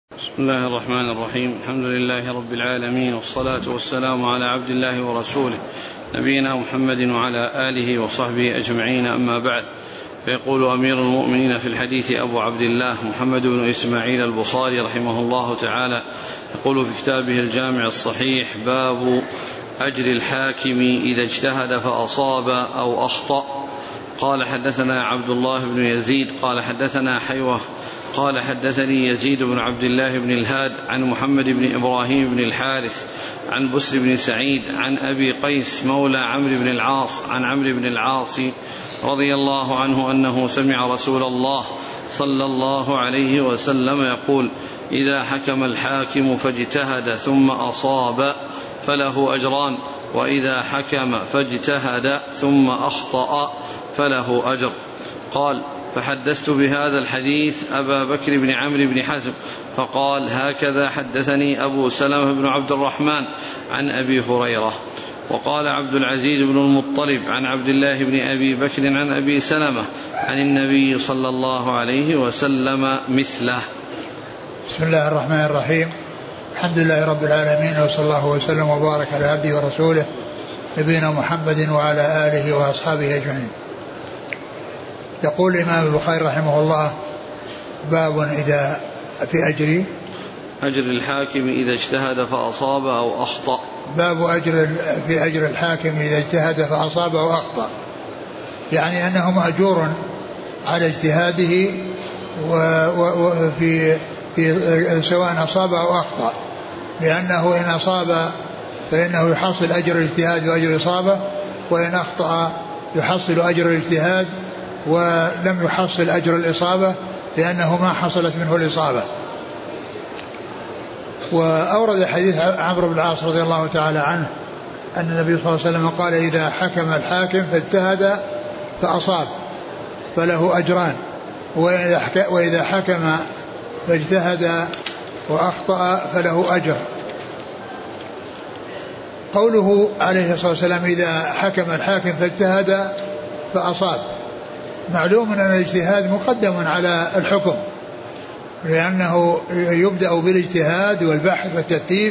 بسم الله الرحمن الرحيم. الحمد لله رب العالمين، والصلاة والسلام على عبد الله ورسوله نبينا محمد وعلى آله وصحبه أجمعين، أما بعد. فيقول أمير المؤمنين في الحديث أبو عبد الله محمد بن إسماعيل البخاري رحمه الله تعالى، يقول في كتابه الجامع الصحيح: باب أجر الحاكم إذا اجتهد فأصاب أو أخطأ. قال: حدثنا عبد الله بن يزيد قال حدثنا حيوة قال حدثني يزيد بن عبد الله بن الهاد عن محمد بن إبراهيم بن الحارث عن بسر بن سعيد عن أبي قيس مولى عمرو بن العاص عن عمرو بن العاص رضي الله عنه أنه سمع رسول الله صلى الله عليه وسلم يقول: إذا حكم الحاكم فاجتهد ثم أصاب فله أجران، وإذا حكم فاجتهد ثم أخطأ فله أجر. قال: فحدثت بهذا الحديث أبا بكر بن عمرو بن حزم فقال: هكذا حدثني أبو سلمة بن عبد الرحمن عن أبي هريرة. وقال عبد العزيز بن المطلب عن عبد الله بن أبي بكر عن أبي سلمة عن النبي صلى الله عليه وسلم مثله. بسم الله الرحمن الرحيم. الحمد لله رب العالمين، وصلى الله وسلم وبارك على عبده ورسوله نبينا محمد وعلى آله وأصحابه أجمعين. يقول الإمام البخاري رحمه الله: باب إذا في أجر الحاكم إذا اجتهد فأصاب أو أخطأ. باب في أجر الحاكم إذا اجتهد فأصاب أو أخطأ، يعني أنه مأجور على اجتهاده وفي سواء أصاب أو أخطأ، لأنه إن أصاب فإنه يحصل أجر الاجتهاد وأجر الإصابة، وإن أخطأ يحصل أجر الاجتهاد ولم يحصل أجر الإصابة، لأنه ما حصلت منه الإصابة. وأورد حديث عمرو بن العاص رضي الله تعالى عنه أن النبي صلى الله عليه وسلم قال: إذا حكم الحاكم فاجتهد فأصاب فله أجران، وإذا حكم فاجتهد وأخطأ فله أجر. قوله عليه الصلاة والسلام: إذا حكم الحاكم فاجتهد فأصاب، معلوم أن الاجتهاد مقدم على الحكم، لأنه يبدأ بالاجتهاد والبحث والتفتيش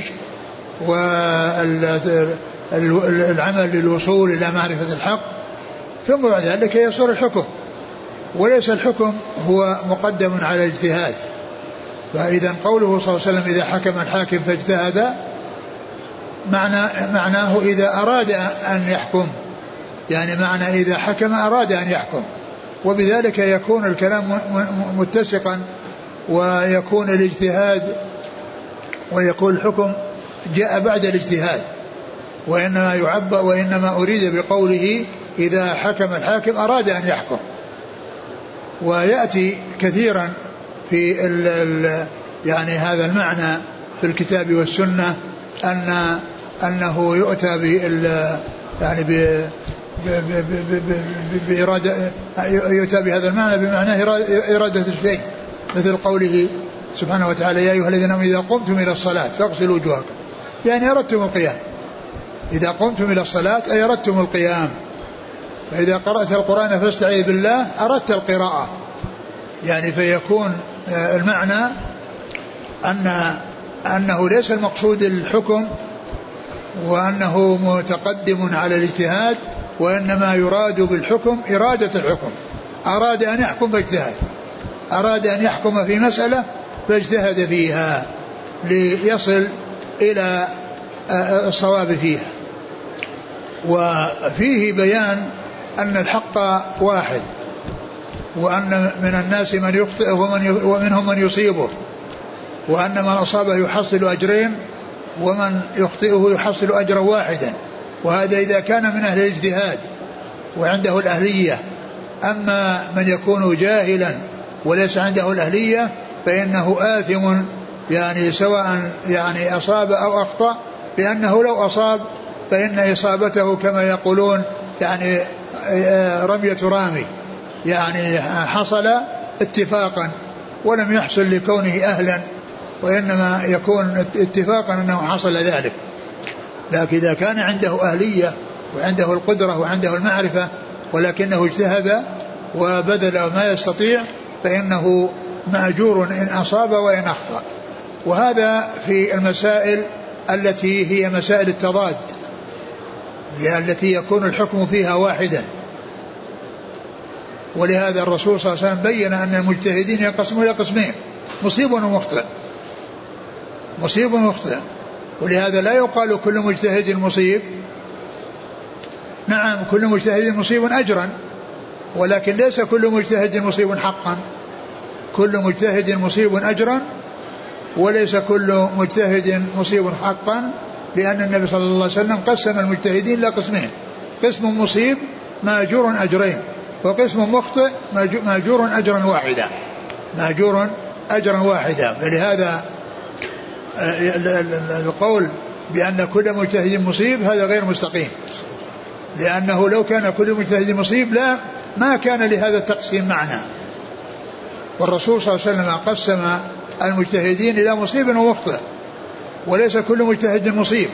والعمل للوصول إلى معرفة الحق، ثم بعد ذلك يصير الحكم، وليس الحكم هو مقدم على الاجتهاد. فإذا قوله صلى الله عليه وسلم: إذا حكم الحاكم فاجتهد، معناه إذا أراد أن يحكم، يعني معنى إذا حكم أراد أن يحكم، وبذلك يكون الكلام متسقا، ويكون الاجتهاد ويكون الحكم جاء بعد الاجتهاد، وإنما أريد بقوله إذا حكم الحاكم أراد أن يحكم. ويأتي كثيرا في يعني هذا المعنى في الكتاب والسنة، أنه يؤتى يعني يؤتى بهذا المعنى بمعنى إرادة الشيء، مثل قوله سبحانه وتعالى: يا أيها الذين آمنوا إذا قمتم إلى الصلاة فاغسلوا وجوهكم، يعني أردتم القيام. إذا قمتم إلى الصلاة أي أردتم القيام. فإذا قرأت القرآن فاستعذ بالله أردت القراءة، يعني فيكون المعنى أنه ليس المقصود الحكم وأنه متقدم على الاجتهاد، وإنما يراد بالحكم إرادة الحكم. أراد أن يحكم فاجتهد، أراد أن يحكم في مسألة فاجتهد فيها ليصل إلى الصواب فيها. وفيه بيان أن الحق واحد، وأن من الناس من يخطئه ومنهم من يصيبه، وأن من أصابه يحصل أجرين ومن يخطئه يحصل أجرا واحدا. وهذا إذا كان من أهل الاجتهاد وعنده الأهلية. أما من يكون جاهلا وليس عنده الأهلية فإنه آثم، يعني سواء يعني أصاب أو أخطأ، لأنه لو أصاب فإن إصابته كما يقولون يعني رمية رامي، يعني حصل اتفاقا ولم يحصل لكونه أهلا، وإنما يكون اتفاقا أنه حصل ذلك. لكن إذا كان عنده أهلية وعنده القدرة وعنده المعرفة ولكنه اجتهد وبذل ما يستطيع فإنه مأجور إن أصاب وإن أخطأ. وهذا في المسائل التي هي مسائل التضاد التي يكون الحكم فيها واحدا. ولهذا الرسول صلى الله عليه وسلم بين أن المجتهدين ينقسمون إلى قسمين: مصيب ومخطئ. مصيب ومخطئ. ولهذا لا يقال كل مجتهد مصيب. نعم كل مجتهد مصيب أجرا، ولكن ليس كل مجتهد مصيب حقا. كل مجتهد مصيب أجرا وليس كل مجتهد مصيب حقا، لأن النبي صلى الله عليه وسلم قسم المجتهدين إلى قسمين: قسم مصيب ماجور أجرين، وقسم مخطئ ماجور أجرا واحدا. ماجور أجرا واحدا. فلهذا القول بأن كل مجتهد مصيب هذا غير مستقيم، لأنه لو كان كل مجتهد مصيب لا ما كان لهذا التقسيم معنى. والرسول صلى الله عليه وسلم قسم المجتهدين إلى مصيب ومخطئ، وليس كل مجتهد مصيب.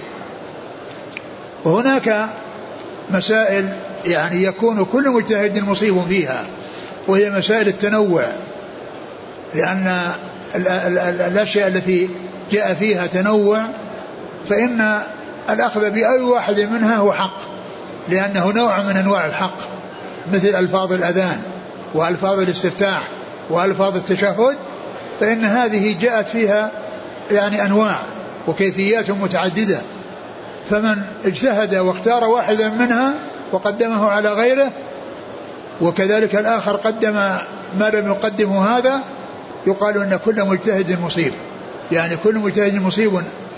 وهناك مسائل يعني يكون كل مجتهد مصيب فيها، وهي مسائل التنوع، لأن الأشياء التي جاء فيها تنوع فإن الأخذ بأي واحد منها هو حق، لأنه نوع من أنواع الحق، مثل ألفاظ الأذان وألفاظ الاستفتاح وألفاظ التشهد، فإن هذه جاءت فيها يعني أنواع وكيفيات متعددة، فمن اجتهد واختار واحدا منها وقدمه على غيره، وكذلك الآخر قدم ما لم يقدمه هذا، يقال أن كل مجتهد مصيب. يعني كل مجتهد مصيب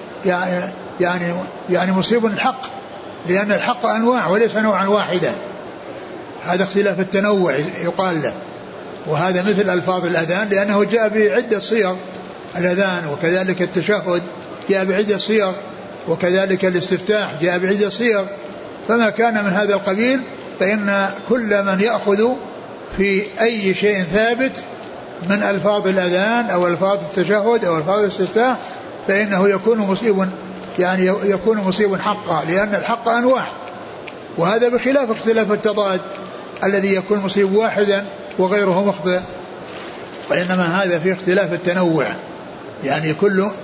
يعني مصيب الحق، لأن الحق أنواع وليس نوعا واحدا. هذا اختلاف التنوع يقال له. وهذا مثل ألفاظ الأذان، لأنه جاء بعدة صيغ الأذان، وكذلك التشهد جاء بعدة صيغ، وكذلك الاستفتاح جاء بعدة صيغ. فما كان من هذا القبيل فإن كل من يأخذ في أي شيء ثابت من ألفاظ الأذان أو ألفاظ التشهد أو ألفاظ الاستفتاح فإنه يكون مصيب، يعني يكون مصيب حقا، لأن الحق أنواع. وهذا بخلاف اختلاف التضاد الذي يكون مصيب واحدا وغيره مخطئ، وإنما هذا في اختلاف التنوع، يعني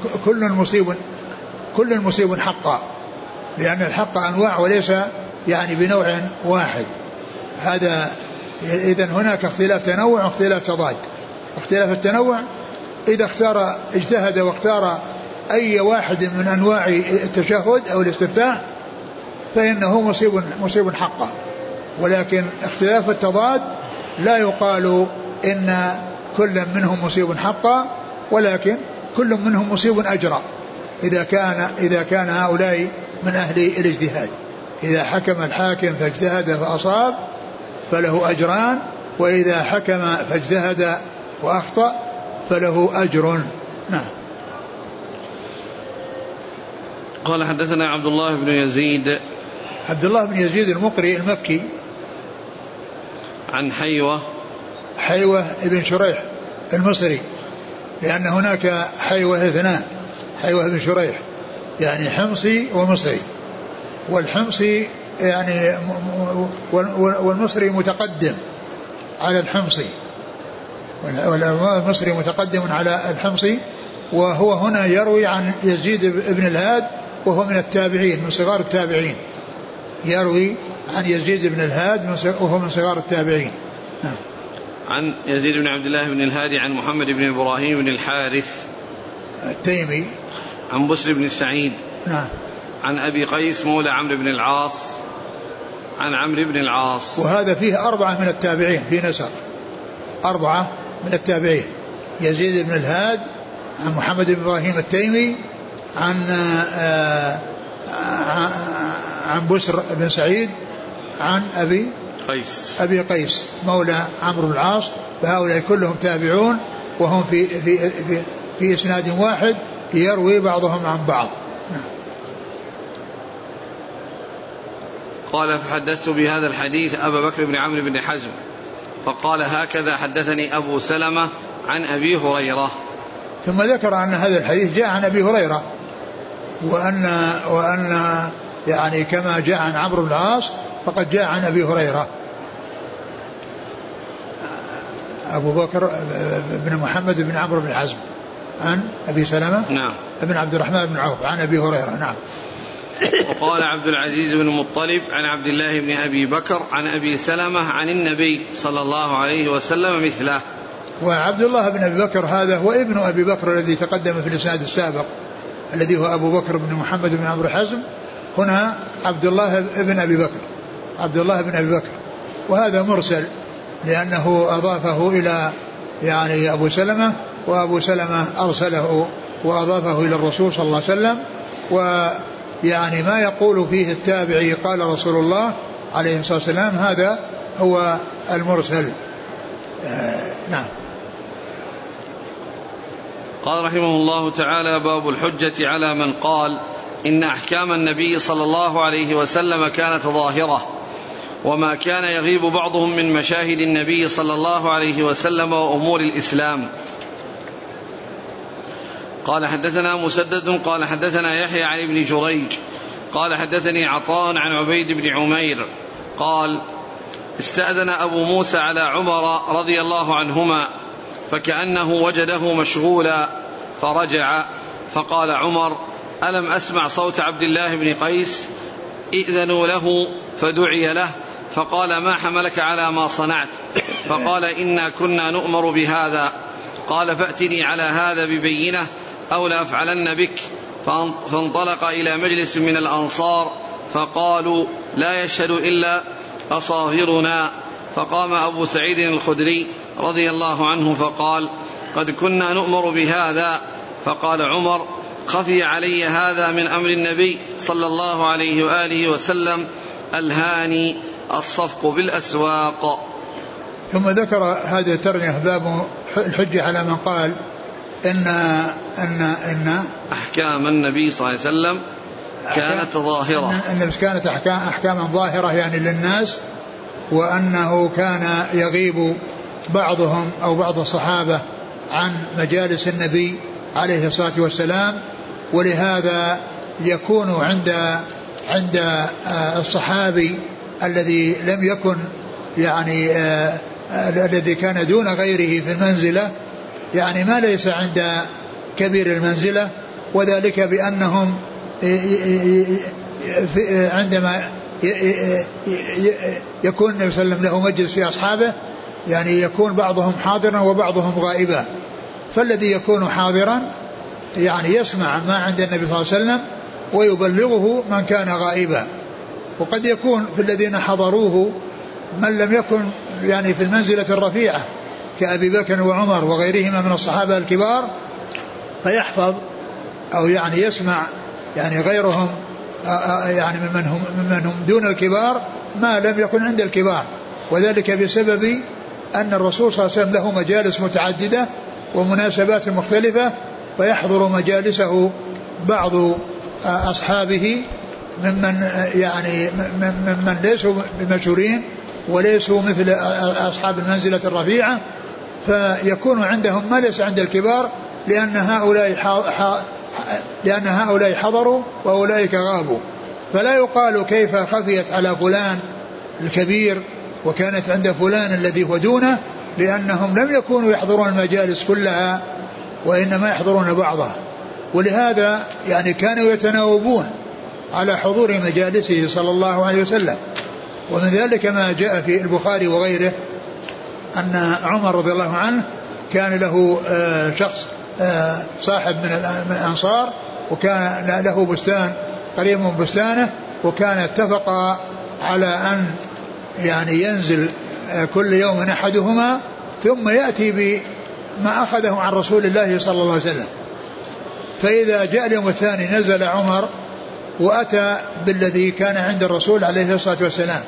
كل مصيب حقا، لأن الحق أنواع وليس يعني بنوع واحد. هذا إذن هناك اختلاف تنوع واختلاف تضاد. اختلاف التنوع إذا اجتهد واختار أي واحد من أنواع التشهد أو الاستفتاح فإنه مصيب حقا. ولكن اختلاف التضاد لا يقال إن كل منهم مصيب حقا، ولكن كل منهم مصيب أجرا إذا كان هؤلاء من أهل الاجتهاد. إذا حكم الحاكم فاجتهد فأصاب فله أجران، وإذا حكم فاجتهد وأخطأ فله أجر. نعم. قال حدثنا عبد الله بن يزيد. عبد الله بن يزيد المقري المكي. عن حيوة ابن شريح المصري، لأن هناك حيوة اثنان: حيوة ابن شريح يعني حمصي ومصري، والحمصي يعني والمصري متقدم على الحمصي، والمصري متقدم على الحمصي. وهو هنا يروي عن يزيد بن الهاد وهو من التابعين، من صغار التابعين. يروي عن يزيد بن الهاد وهو من صغار التابعين. نعم. عن يزيد بن عبد الله بن الهادي عن محمد بن إبراهيم بن الحارث التيمي. عن بسر بن سعيد. نعم. عن أبي قيس مولى عمرو بن العاص عن عمرو بن العاص. وهذا فيه 4 من التابعين في نسق، 4 من التابعين: يزيد بن الهاد، عن محمد بن إبراهيم التيمي، عن بسر بن سعيد، عن أبي قيس مولى عمرو بن العاص. فهؤلاء كلهم تابعون، وهم في إسناد واحد يروي بعضهم عن بعض. قال: فحدثت بهذا الحديث أبا بكر بن عمرو بن حزم فقال: هكذا حدثني أبو سلمة عن أبي هريرة. ثم ذكر أن هذا الحديث جاء عن أبي هريرة، وأن يعني كما جاء عن عمرو بن العاص فقد جاء عن أبي هريرة. أبو بكر بن محمد بن عمرو بن حزم عن أبي سلمة نعم ابن عبد الرحمن بن عوف عن أبي هريرة. نعم. وقال عبد العزيز بن المطلب عن عبد الله بن أبي بكر عن أبي سلمة عن النبي صلى الله عليه وسلم مثله. وعبد الله بن أبي بكر هذا هو ابن أبي بكر الذي تقدم في الإسناد السابق الذي هو أبو بكر بن محمد بن عمرو حزم. هنا عبد الله بن أبي بكر، عبد الله بن أبي بكر، وهذا مرسل لأنه أضافه إلى يعني أبو سلمة، وأبو سلمة أرسله وأضافه إلى الرسول صلى الله عليه وسلم. ويعني ما يقول فيه التابعي قال رسول الله عليه الصلاة والسلام هذا هو المرسل. نعم. قال رحمه الله تعالى: باب الحجة على من قال إن أحكام النبي صلى الله عليه وسلم كانت ظاهرة، وما كان يغيب بعضهم من مشاهد النبي صلى الله عليه وسلم وأمور الإسلام. قال حدثنا مسدد قال حدثنا يحيى عن ابن جريج قال حدثني عطاء عن عبيد بن عمير قال: استأذن أبو موسى على عمر رضي الله عنهما فكأنه وجده مشغولا فرجع، فقال عمر: ألم أسمع صوت عبد الله بن قيس؟ ائذنوا له، فدعي له فقال: ما حملك على ما صنعت؟ فقال: إنا كنا نؤمر بهذا. قال: فأتني على هذا ببينة أو لأفعلن بك. فانطلق إلى مجلس من الأنصار فقالوا: لا يشهد إلا أصاغرنا. فقام أبو سعيد الخدري رضي الله عنه فقال: قد كنا نؤمر بهذا. فقال عمر: خفي علي هذا من أمر النبي صلى الله عليه وآله وسلم، ألهاني الصفق بالأسواق. ثم ذكر هذا الترجمة باب الحجة على من قال إن أحكام النبي صلى الله عليه وسلم كانت ظاهرة، أن كانت أحكاما ظاهرة يعني للناس، وأنه كان يغيب بعضهم أو بعض الصحابة عن مجالس النبي عليه الصلاة والسلام، ولهذا يكون عند الصحابي الذي لم يكن يعني الذي كان دون غيره في المنزلة يعني ما ليس عند كبير المنزلة، وذلك بأنهم عندما يكون النبي صلى الله عليه وسلم له مجلس في أصحابه يعني يكون بعضهم حاضرا وبعضهم غائبا، فالذي يكون حاضرا يعني يسمع ما عند النبي صلى الله عليه وسلم ويبلغه من كان غائبا. وقد يكون في الذين حضروه من لم يكن يعني في المنزلة الرفيعة كأبي بكر وعمر وغيرهما من الصحابة الكبار، فيحفظ أو يعني يسمع يعني غيرهم يعني ممن هم دون الكبار ما لم يكن عند الكبار، وذلك بسبب أن الرسول صلى الله عليه وسلم له مجالس متعددة ومناسبات مختلفة، فيحضر مجالسه بعض أصحابه ممن ليسوا بمشهورين وليسوا مثل أصحاب المنزلة الرفيعة، فيكون عندهم ما ليس عند الكبار لأن هؤلاء حضروا وأولئك غابوا. فلا يقال كيف خفيت على فلان الكبير وكانت عند فلان الذي هو دونه، لأنهم لم يكونوا يحضرون المجالس كلها وإنما يحضرون بعضها، ولهذا يعني كانوا يتناوبون على حضور مجالسه صلى الله عليه وسلم. ومن ذلك ما جاء في البخاري وغيره أن عمر رضي الله عنه كان له شخص صاحب من الأنصار، وكان له بستان قريب من بستانه، وكان اتفقا على أن يعني ينزل كل يوم أحدهما ثم يأتي بما أخذه عن رسول الله صلى الله عليه وسلم. فإذا جاء اليوم الثاني نزل عمر وأتى بالذي كان عند الرسول عليه الصلاة والسلام،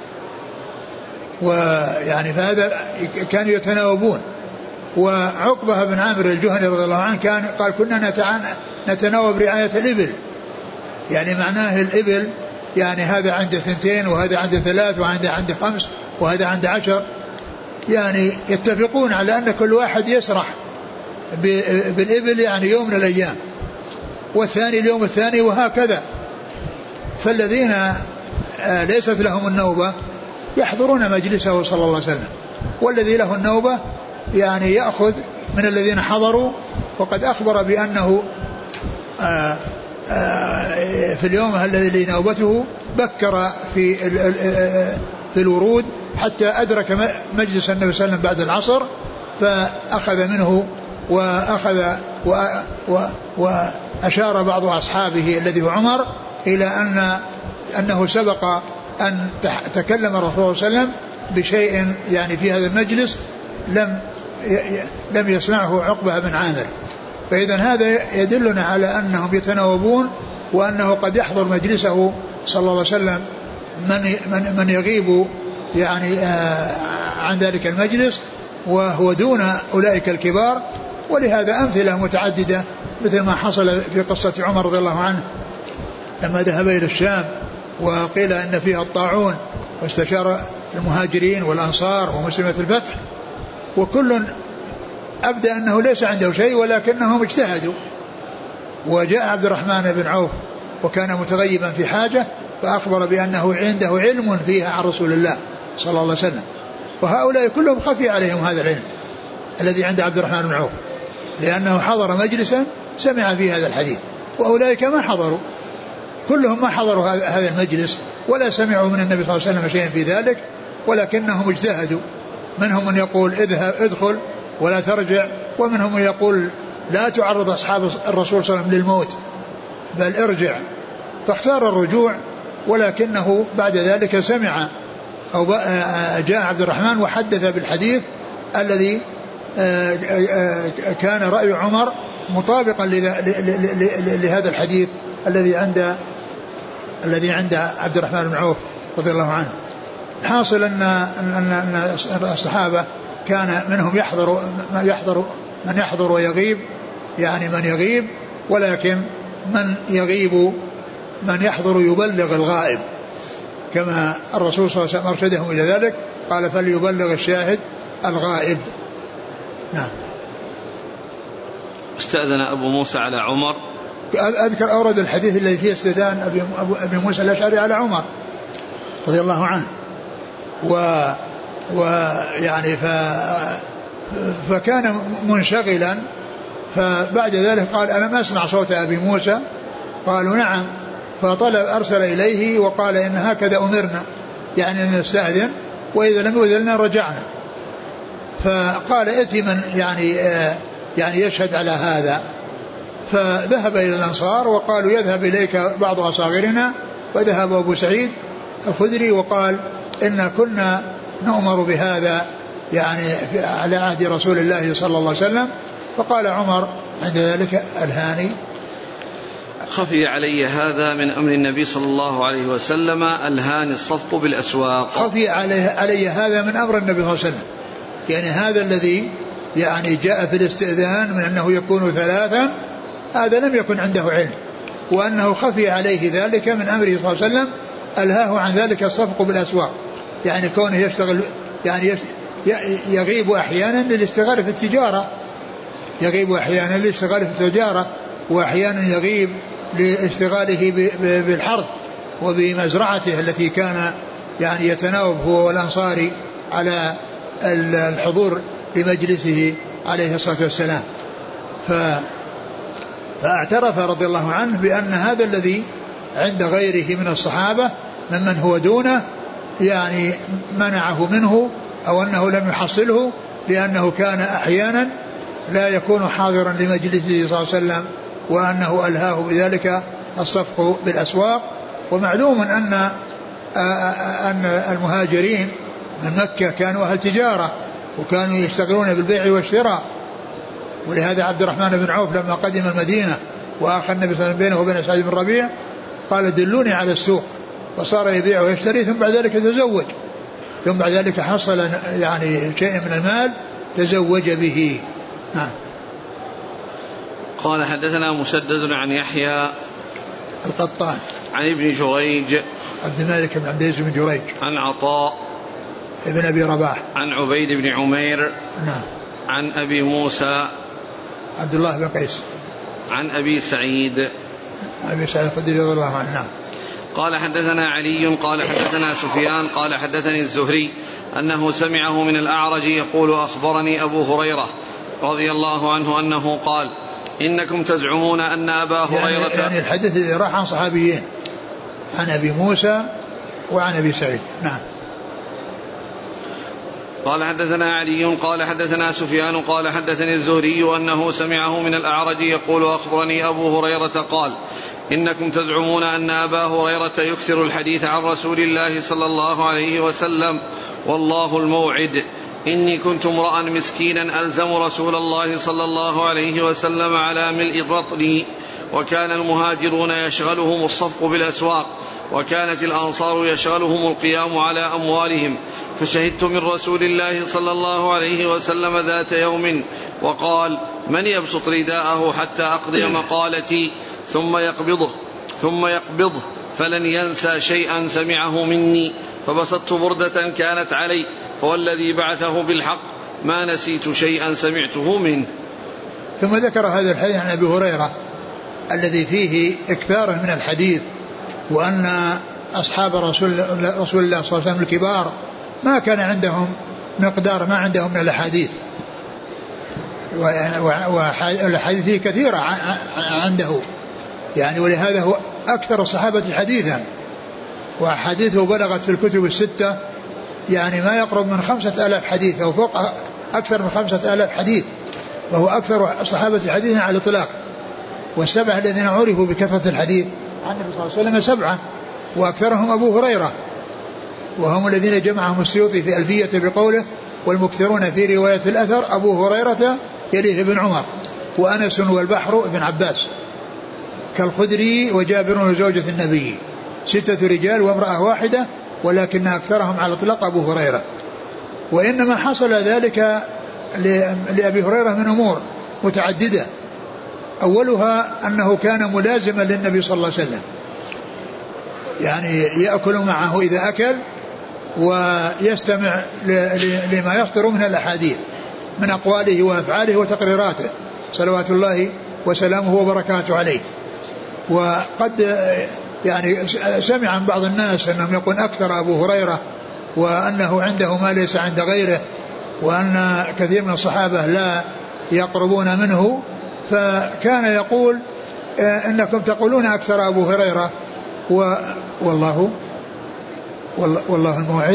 ويعني فهذا كانوا يتناوبون. وعقبة بن عامر الجهني رضي الله عنه قال كنا نتناوب رعاية الإبل، يعني معناه الإبل يعني هذا عنده 2 وهذا عنده 3 وهذا عنده 5 وهذا عنده 10، يعني يتفقون على أن كل واحد يسرح بالإبل يعني يوم من الأيام والثاني اليوم الثاني وهكذا. فالذين ليست لهم النوبة يحضرون مجلسه صلى الله عليه وسلم، والذي له النوبة يعني يأخذ من الذين حضروا وقد أخبر بأنه في اليوم الذي نوبته بكر في الورود حتى أدرك مجلس النبي صلى الله عليه وسلم بعد العصر، فأخذ منه وأشار بعض أصحابه الذي هو عمر إلى أنه سبق أن تكلم الرسول صلى الله عليه وسلم بشيء يعني في هذا المجلس لم يسمعه عقبة بن عامر. فإذا هذا يدلنا على أنهم يتناوبون، وأنه قد يحضر مجلسه صلى الله عليه وسلم من يغيب يعني عن ذلك المجلس وهو دون أولئك الكبار. ولهذا أمثلة متعددة مثل ما حصل في قصة عمر رضي الله عنه لما ذهب إلى الشام وقيل أن فيها الطاعون، واستشار المهاجرين والأنصار ومسلمة الفتح، وكل أبدأ أنه ليس عنده شيء ولكنهم اجتهدوا. وجاء عبد الرحمن بن عوف وكان متغيبا في حاجة فأخبر بأنه عنده علم فيها عن رسول الله صلى الله عليه وسلم، وهؤلاء كلهم خفي عليهم هذا العلم الذي عند عبد الرحمن بن عوف، لأنه حضر مجلسا سمع فيه هذا الحديث، وأولئك ما حضروا، كلهم ما حضروا هذا المجلس ولا سمعوا من النبي صلى الله عليه وسلم شيئا في ذلك، ولكنهم اجتهدوا. منهم من يقول ادخل ولا ترجع، ومنهم من يقول لا تعرض أصحاب الرسول صلى الله عليه وسلم للموت بل ارجع، فاختار الرجوع. ولكنه بعد ذلك سمع أو جاء عبد الرحمن وحدث بالحديث الذي كان رأي عمر مطابقا لهذا الحديث الذي عند عبد الرحمن بن عوف رضي الله عنه. حاصل أن الصحابة كان منهم من يحضر ويغيب، يعني من يغيب، ولكن من يحضر يبلغ الغائب، كما الرسول صلى الله عليه وسلم أرشدهم إلى ذلك، قال فليبلغ الشاهد الغائب. نعم. استأذن أبو موسى على عمر. أذكر أورد الحديث الذي فيه استئذان أبي موسى الأشعري على عمر رضي الله عنه، ويعني فكان منشغلا، فبعد ذلك قال ألم أسمع صوت أبي موسى؟ قالوا نعم، أرسل إليه وقال إن هكذا أمرنا، يعني أن نستأذن وإذا لم يؤذن رجعنا. فقال ائت من يعني يشهد على هذا، فذهب إلى الأنصار وقالوا يذهب إليك بعض أصاغرنا، وذهب أبو سعيد الخدري وقال إن كنا نؤمر بهذا يعني على عهد رسول الله صلى الله عليه وسلم. فقال عمر عند ذلك الهاني خفي علي هذا من أمر النبي صلى الله عليه وسلم الهاني الصفق بالأسواق. خفي علي هذا من أمر النبي صلى الله عليه وسلم، يعني هذا الذي يعني جاء في الاستئذان من أنه يكون ثلاثا، هذا لم يكن عنده علم، وأنه خفي عليه ذلك من أمره صلى الله عليه وسلم ألهاه عن ذلك الصفق بالأسواق، يعني كونه يشتغل يعني يغيب أحيانا للاشتغال في التجارة، وأحيانا يغيب لاشتغاله بالحرث وبمزرعته التي كان يعني يتناوب هو والأنصاري على الحضور لمجلسه عليه الصلاة والسلام. فاعترف رضي الله عنه بأن هذا الذي عند غيره من الصحابة ممن هو دونه يعني منعه منه، أو أنه لم يحصله، لأنه كان أحيانا لا يكون حاضرا لمجلسه صلى الله عليه وسلم، وأنه ألهاه بذلك الصفق بالأسواق. ومعلوم أن المهاجرين من مكة كانوا أهل تجارة وكانوا يشتغلون بالبيع والشراء، ولهذا عبد الرحمن بن عوف لما قدم المدينة وآخى النبي صلى الله عليه وسلم بينه وبين سعيد بن ربيع قال دلوني على السوق، فصار يبيع ويشتري، ثم بعد ذلك تزوج، ثم بعد ذلك حصل يعني شيء من المال تزوج به. نعم. قال حدثنا مسدد عن يحيى القطان عن ابن جريج عبد الملك بن عبد العزيز بن جريج عن عطاء ابن أبي رباح عن عبيد بن عمير نعم عن أبي موسى عبد الله بن قيس عن أبي سعيد الخدري رضي الله عنه. نعم. قال حدثنا علي قال حدثنا سفيان قال حدثني الزهري أنه سمعه من الأعرج يقول أخبرني أبو هريرة رضي الله عنه أنه قال إنكم تزعمون أن أبا هريرة يعني الحديث الذي راح عن صحابيين، عن أبي موسى وعن أبي سعيد. نعم. قال حدثنا علي قال حدثنا سفيان قال حدثني الزهري أنه سمعه من الأعرج يقول أخبرني أبو هريرة قال إنكم تزعمون أن أبا هريرة يكثر الحديث عن رسول الله صلى الله عليه وسلم والله الموعد. إني كنت امرأ مسكينا ألزم رسول الله صلى الله عليه وسلم على ملء بطني، وكان المهاجرون يشغلهم الصفق بالأسواق، وكانت الأنصار يشغلهم القيام على أموالهم، فشهدت من رسول الله صلى الله عليه وسلم ذات يوم وقال من يبسط رداءه حتى أقضي مقالتي ثم يقبضه فلن ينسى شيئا سمعه مني، فبسطت بردة كانت علي، فوالذي بعثه بالحق ما نسيت شيئا سمعته منه. ثم ذكر هذا الحديث عن أبي هريرة الذي فيه إكثاره من الحديث، وأن أصحاب رسول الله صلى الله عليه وسلم الكبار ما كان عندهم مقدار ما عندهم من الأحاديث، والأحاديث فيه كثيرة عنده يعني، ولهذا هو أكثر الصحابة حديثا، وحديثه بلغت في الكتب الستة يعني ما يقرب من 5000 حديث أو فوق أكثر من 5000 حديث، وهو أكثر الصحابة حديثا على الإطلاق. والسبعة الذين عرفوا بكثرة الحديث عن النبي صلى الله عليه وسلم 7، وأكثرهم أبو هريرة، وهم الذين جمعهم السيوطي في ألفية بقوله والمكثرون في رواية الأثر أبو هريرة يليه ابن عمر وأنس والبحر ابن عباس كالخدري وجابر وزوجة النبي، 6 رجال وامرأة واحدة، ولكن أكثرهم على الإطلاق أبو هريرة. وإنما حصل ذلك لأبي هريرة من أمور متعددة، أولها أنه كان ملازما للنبي صلى الله عليه وسلم، يعني يأكل معه إذا أكل ويستمع لما يصدر من الأحاديث من أقواله وأفعاله وتقريراته صلوات الله وسلامه وبركاته عليه. وقد يعني سمع عن بعض الناس أنهم يقول أكثر أبو هريرة وأنه عنده ما ليس عند غيره، وأن كثير من الصحابة لا يقربون منه، فكان يقول إنكم تقولون أكثر أبو هريرة والله الموعد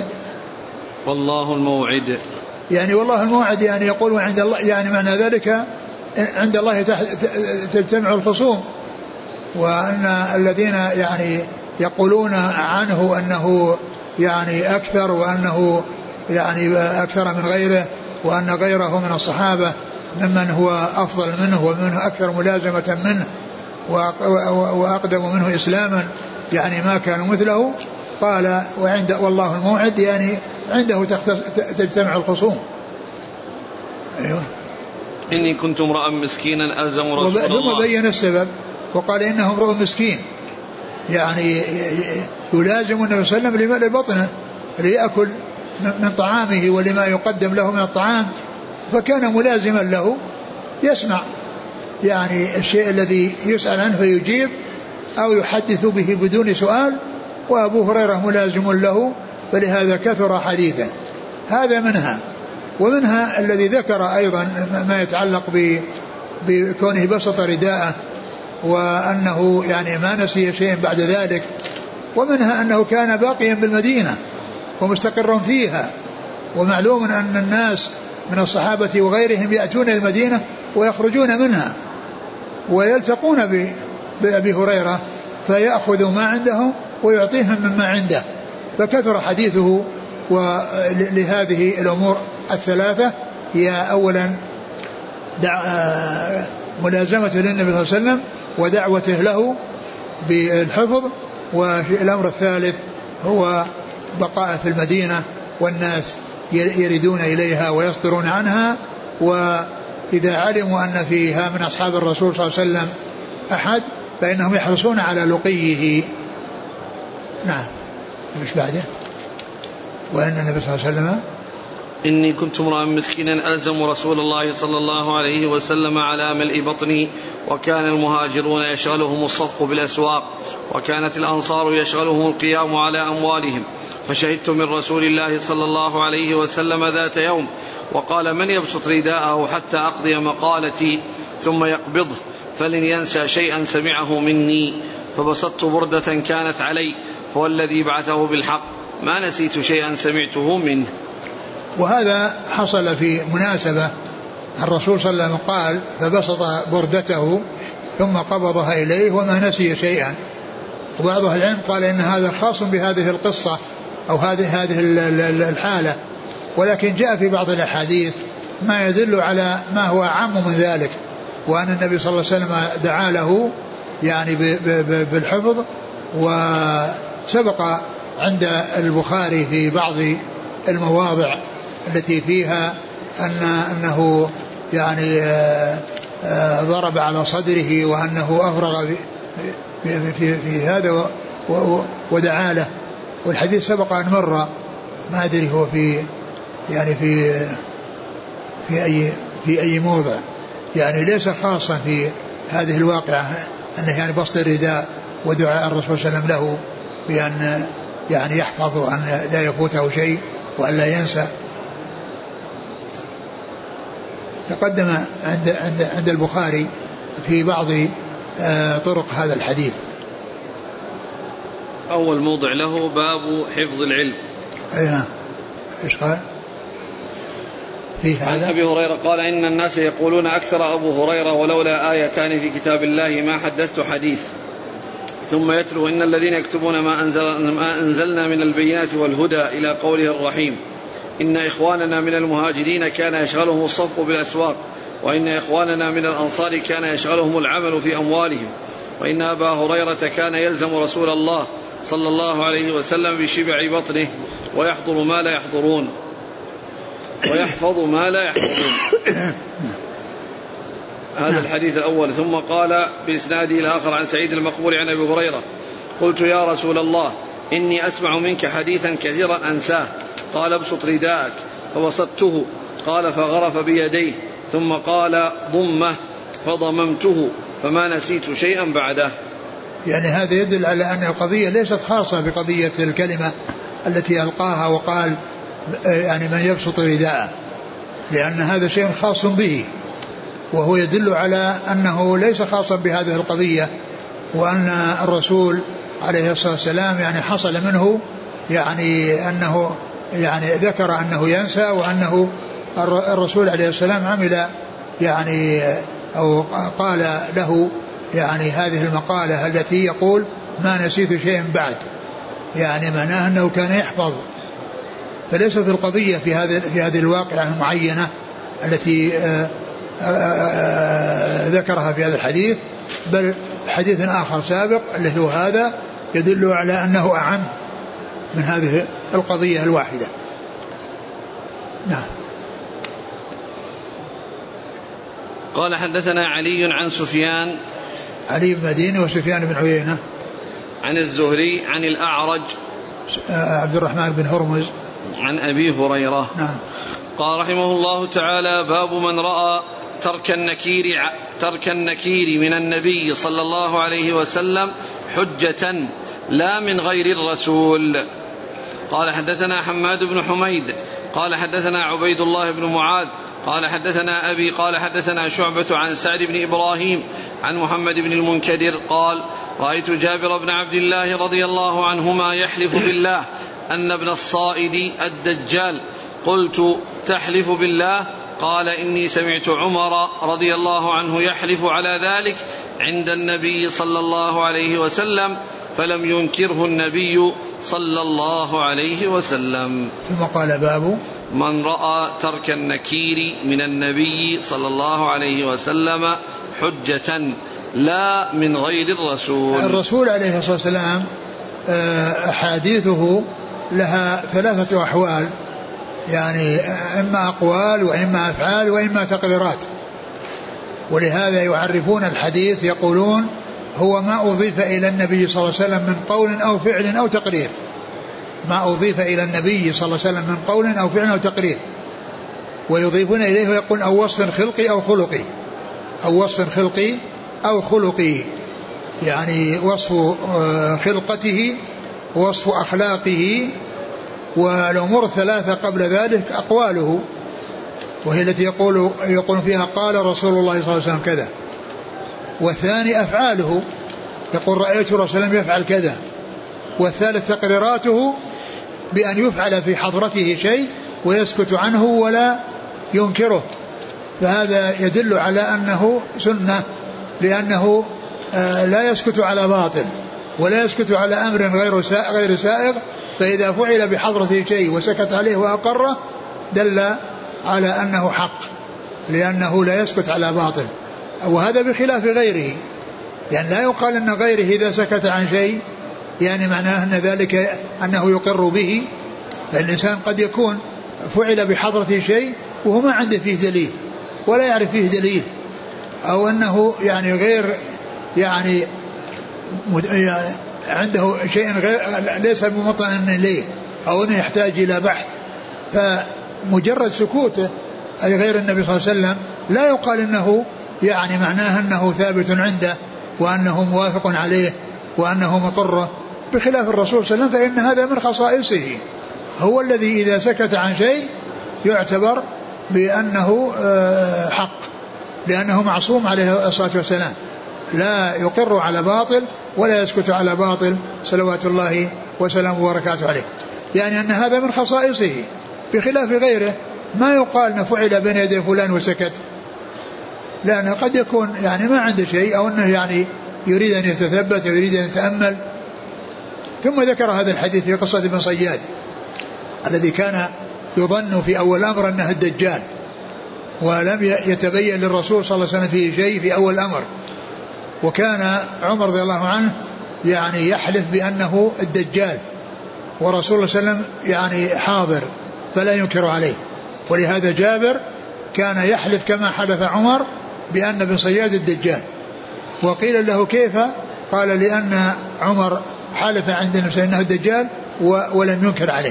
يعني والله الموعد يعني يقول عند الله، يعني معنى ذلك عند الله تجتمع الخصوم، وأن الذين يعني يقولون عنه أنه يعني أكثر وأنه يعني أكثر من غيره، وأن غيره من الصحابة ممن هو أفضل منه ومنه أكثر ملازمة منه وأقدم منه إسلاما، يعني ما كانوا مثله. قال والله الموعد يعني عنده تجتمع الخصوم. أيوه. إني كنت امرأ مسكينا ألزم رسول الله، ثم بين السبب وقال إنه امرؤ مسكين، يعني يلازم النبي صلى الله عليه وسلم لملء بطنه ليأكل من طعامه ولما يقدم له من الطعام، فكان ملازما له يسمع يعني الشيء الذي يسأل عنه فيجيب أو يحدث به بدون سؤال، وأبو هريرة ملازم له، فلهذا كثر حديثا. هذا منها. ومنها الذي ذكر أيضا ما يتعلق بكونه بسط رداءه وأنه يعني ما نسي شيء بعد ذلك. ومنها أنه كان باقيا بالمدينة ومستقرا فيها، ومعلوم أن الناس من الصحابة وغيرهم يأتون المدينة ويخرجون منها ويلتقون بأبي هريرة فيأخذوا ما عندهم ويعطيهم مما عنده، فكثر حديثه. ولهذه الأمور الثلاثة هي أولا ملازمته للنبي صلى الله عليه وسلم ودعوته له بالحفظ، والأمر الثالث هو بقاء في المدينة والناس يردون إليها ويصدرون عنها، وإذا علموا أن فيها من أصحاب الرسول صلى الله عليه وسلم أحد فإنهم يحرصون على لقيه. نعم. مش بعده. وأن النبي صلى الله عليه وسلم إني كنت امرأ مسكينا ألزم رسول الله صلى الله عليه وسلم على ملء بطني، وكان المهاجرون يشغلهم الصفق بالأسواق، وكانت الأنصار يشغلهم القيام على أموالهم، فشهدت من رسول الله صلى الله عليه وسلم ذات يوم وقال من يبسط رداءه حتى أقضي مقالتي، ثم يقبضه فلن ينسى شيئا سمعه مني، فبسطت بردة كانت علي، فوالذي بعثه بالحق ما نسيت شيئا سمعته منه. وهذا حصل في مناسبة الرسول صلى الله عليه وسلم قال فبسط بردته ثم قبضها إليه وما نسي شيئا. وبعض أهل العلم قال إن هذا خاص بهذه القصة أو هذه الحالة، ولكن جاء في بعض الأحاديث ما يدل على ما هو أعم من ذلك، وأن النبي صلى الله عليه وسلم دعا له يعني بالحفظ. وسبق عند البخاري في بعض المواضع التي فيها أنه يعني ضرب على صدره وأنه أفرغ في هذا ودعا له، والحديث سبق أن مر، ما أدري هو في يعني في أي موضع، يعني ليس خاصا في هذه الواقعة أنه يعني بسط الرداء ودعاء الرسول صلى الله عليه وسلم له بأن يعني يحفظ وأن لا يفوته شيء وأن لا ينسى. تقدم عند البخاري في بعض طرق هذا الحديث. أول موضع له باب حفظ العلم. أي نعم. إيش قال؟ عن أبي هريرة قال إن الناس يقولون أكثر أبو هريرة ولولا آيتان في كتاب الله ما حدثت حديث. ثم يتلو إن الذين يكتبون ما أنزلنا من البينات والهدى إلى قوله الرحيم إن إخواننا من المهاجرين كان يشغلهم الصفق بالأسواق، وإن إخواننا من الأنصار كان يشغلهم العمل في أموالهم، وإن أبا هريرة كان يلزم رسول الله صلى الله عليه وسلم بشبع بطنه ويحضر ما لا يحضرون ويحفظ ما لا يحفظون. هذا الحديث الأول. ثم قال بإسناده الآخر عن سعيد المقبول عن أبي هريرة قلت يا رسول الله إني أسمع منك حديثا كثيرا أنساه، قال ابسط رداءك، فبسطته، قال فغرف بيديه، ثم قال ضمه، فضممته، فما نسيت شيئا بعده. يعني هذا يدل على أن القضية ليست خاصة بقضية الكلمة التي ألقاها وقال يعني من يبسط رداءه، لأن هذا شيء خاص به، وهو يدل على أنه ليس خاصا بهذه القضية، وأن الرسول عليه الصلاة والسلام يعني حصل منه يعني أنه يعني ذكر أنه ينسى، وأنه الرسول عليه السلام عمل يعني أو قال له يعني هذه المقالة التي يقول ما نسيت شيئا بعد، يعني معناه أنه كان يحفظ. فليست القضية في هذه الواقعة المعينة التي ذكرها في هذا الحديث، بل حديث آخر سابق اللي هو هذا يدل على أنه أعم من هذه القضية الواحدة. نعم. قال حدثنا علي عن سفيان، علي بن مدينة وسفيان بن عيينة، عن الزهري عن الأعرج عبد الرحمن بن هرمز عن أبي هريرة. نعم. قال رحمه الله تعالى باب من رأى ترك النكير من النبي صلى الله عليه وسلم حجة لا من غير الرسول. قال حدثنا حماد بن حميد قال حدثنا عبيد الله بن معاذ قال حدثنا أبي قال حدثنا شعبة عن سعد بن إبراهيم عن محمد بن المنكدر قال رأيت جابر بن عبد الله رضي الله عنهما يحلف بالله أن ابن الصائد الدجال. قلت تحلف بالله؟ قال إني سمعت عمر رضي الله عنه يحلف على ذلك عند النبي صلى الله عليه وسلم فلم ينكره النبي صلى الله عليه وسلم. ثم قال باب من رأى ترك النكير من النبي صلى الله عليه وسلم حجة لا من غير الرسول. الرسول عليه الصلاة والسلام أحاديثه لها ثلاثة أحوال، يعني إما أقوال وإما أفعال وإما تقريرات، ولهذا يعرفون الحديث يقولون هو ما أضيف إلى النبي صلى الله عليه وسلم من قول أو فعل أو تقرير، ما أضيف إلى النبي صلى الله عليه وسلم من قول أو فعل أو تقرير، ويضيفون إليه ويقول أو وصف خلقي أو خلقي، أو وصف خلقي أو خلقي، يعني وصف خلقته ووصف أخلاقه، والأمور الثلاثة قبل ذلك أقواله، وهي التي يقول فيها قال رسول الله صلى الله عليه وسلم كذا. والثاني أفعاله، يقول رأيت رسول الله يفعل كذا. والثالث تقريراته بأن يفعل في حضرته شيء ويسكت عنه ولا ينكره، فهذا يدل على أنه سنة، لأنه لا يسكت على باطل ولا يسكت على أمر غير سائغ، فإذا فعل بحضرته شيء وسكت عليه وأقره دل على أنه حق، لأنه لا يسكت على باطل. وهذا بخلاف غيره، يعني لا يقال أن غيره إذا سكت عن شيء يعني معناه أن ذلك أنه يقر به. فالإنسان قد يكون فعل بحضرته شيء وهو ما عنده فيه دليل ولا يعرف فيه دليل، أو أنه يعني غير يعني عنده شيء غير ليس ممطن إليه، أو أنه يحتاج إلى بحث، فمجرد سكوته أي غير النبي صلى الله عليه وسلم لا يقال أنه يعني معناه أنه ثابت عنده وأنه موافق عليه وأنه مقره، بخلاف الرسول صلى الله عليه وسلم فإن هذا من خصائصه، هو الذي إذا سكت عن شيء يعتبر بأنه حق، لأنه معصوم عليه الصلاة والسلام، لا يقر على باطل ولا يسكت على باطل صلوات الله وسلامه وبركاته عليه، يعني أن هذا من خصائصه بخلاف غيره. ما يقال أنه فعل بين يدي فلان وسكت، لأنه قد يكون يعني ما عنده شيء، أو أنه يعني يريد أن يتثبت أو يريد أن يتأمل. ثم ذكر هذا الحديث في قصة ابن صياد الذي كان يظن في أول الأمر أنه الدجال، ولم يتبين للرسول صلى الله عليه وسلم فيه شيء في أول الأمر، وكان عمر رضي الله عنه يعني يحلف بأنه الدجال، ورسول الله صلى الله عليه وسلم يعني حاضر فلا ينكر عليه، ولهذا جابر كان يحلف كما حلف عمر بأن ابن صياد الدجال. وقيل له كيف؟ قال لأن عمر حلف عندنا أنه الدجال ولم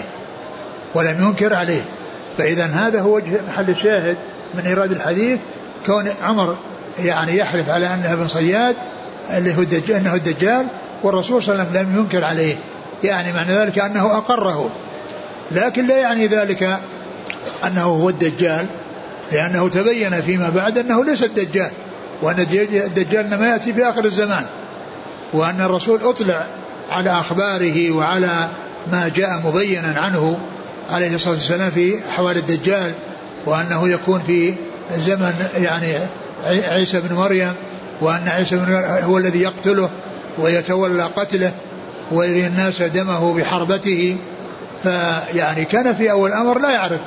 ينكر عليه. فإذا هذا هو وجه محل الشاهد من إيراد الحديث، كون عمر يعني يحلف على أنه ابن صياد اللي هو أنه الدجال، والرسول صلى الله عليه وسلم لم ينكر عليه، يعني معنى ذلك أنه أقره، لكن لا يعني ذلك أنه هو الدجال، لأنه تبين فيما بعد أنه ليس الدجال، وأن الدجال إنما يأتي في آخر الزمان، وأن الرسول أطلع على أخباره وعلى ما جاء مبينا عنه عليه الصلاة والسلام في أحوال الدجال، وأنه يكون في زمن يعني عيسى بن مريم، وأن عيسى بن مريم هو الذي يقتله ويتولى قتله ويري الناس دمه بحربته. فيعني كان في أول الأمر لا يعرف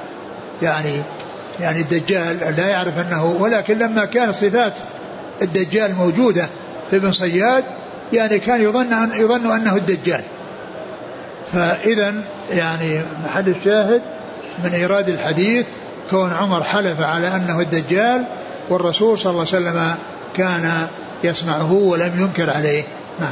يعني الدجال، لا يعرف أنه، ولكن لما كان صفات الدجال موجودة في ابن صياد يعني كان يظن أنه الدجال. فإذا يعني محل الشاهد من إيراد الحديث كون عمر حلف على أنه الدجال، والرسول صلى الله عليه وسلم كان يسمعه ولم ينكر عليه. نعم.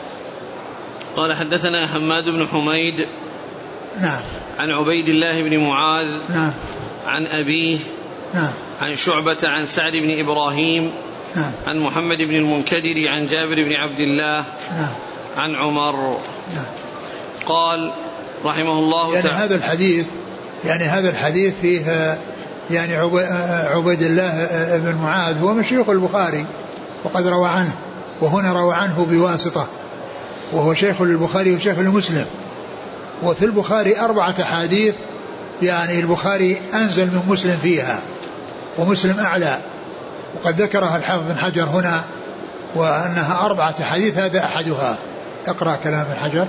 قال حدثنا حماد بن حميد نعم عن عبيد الله بن معاذ نعم عن أبيه نعم عن شعبة عن سعد بن إبراهيم نعم عن محمد بن المنكدر عن جابر بن عبد الله نعم عن عمر. نعم. قال رحمه الله يعني تعالى هذا الحديث فيه يعني عبيد الله بن معاذ هو من شيوخ البخاري وقد روى عنه، وهنا روى عنه بواسطة، وهو شيخ البخاري وشيخ المسلم. وفي البخاري 4 أحاديث يعني البخاري أنزل من مسلم فيها، ومسلم أعلى، وقد ذكرها الحافظ بن حجر هنا وأنها 4 أحاديث، هذا أحدها. اقرأ كلام ابن حجر.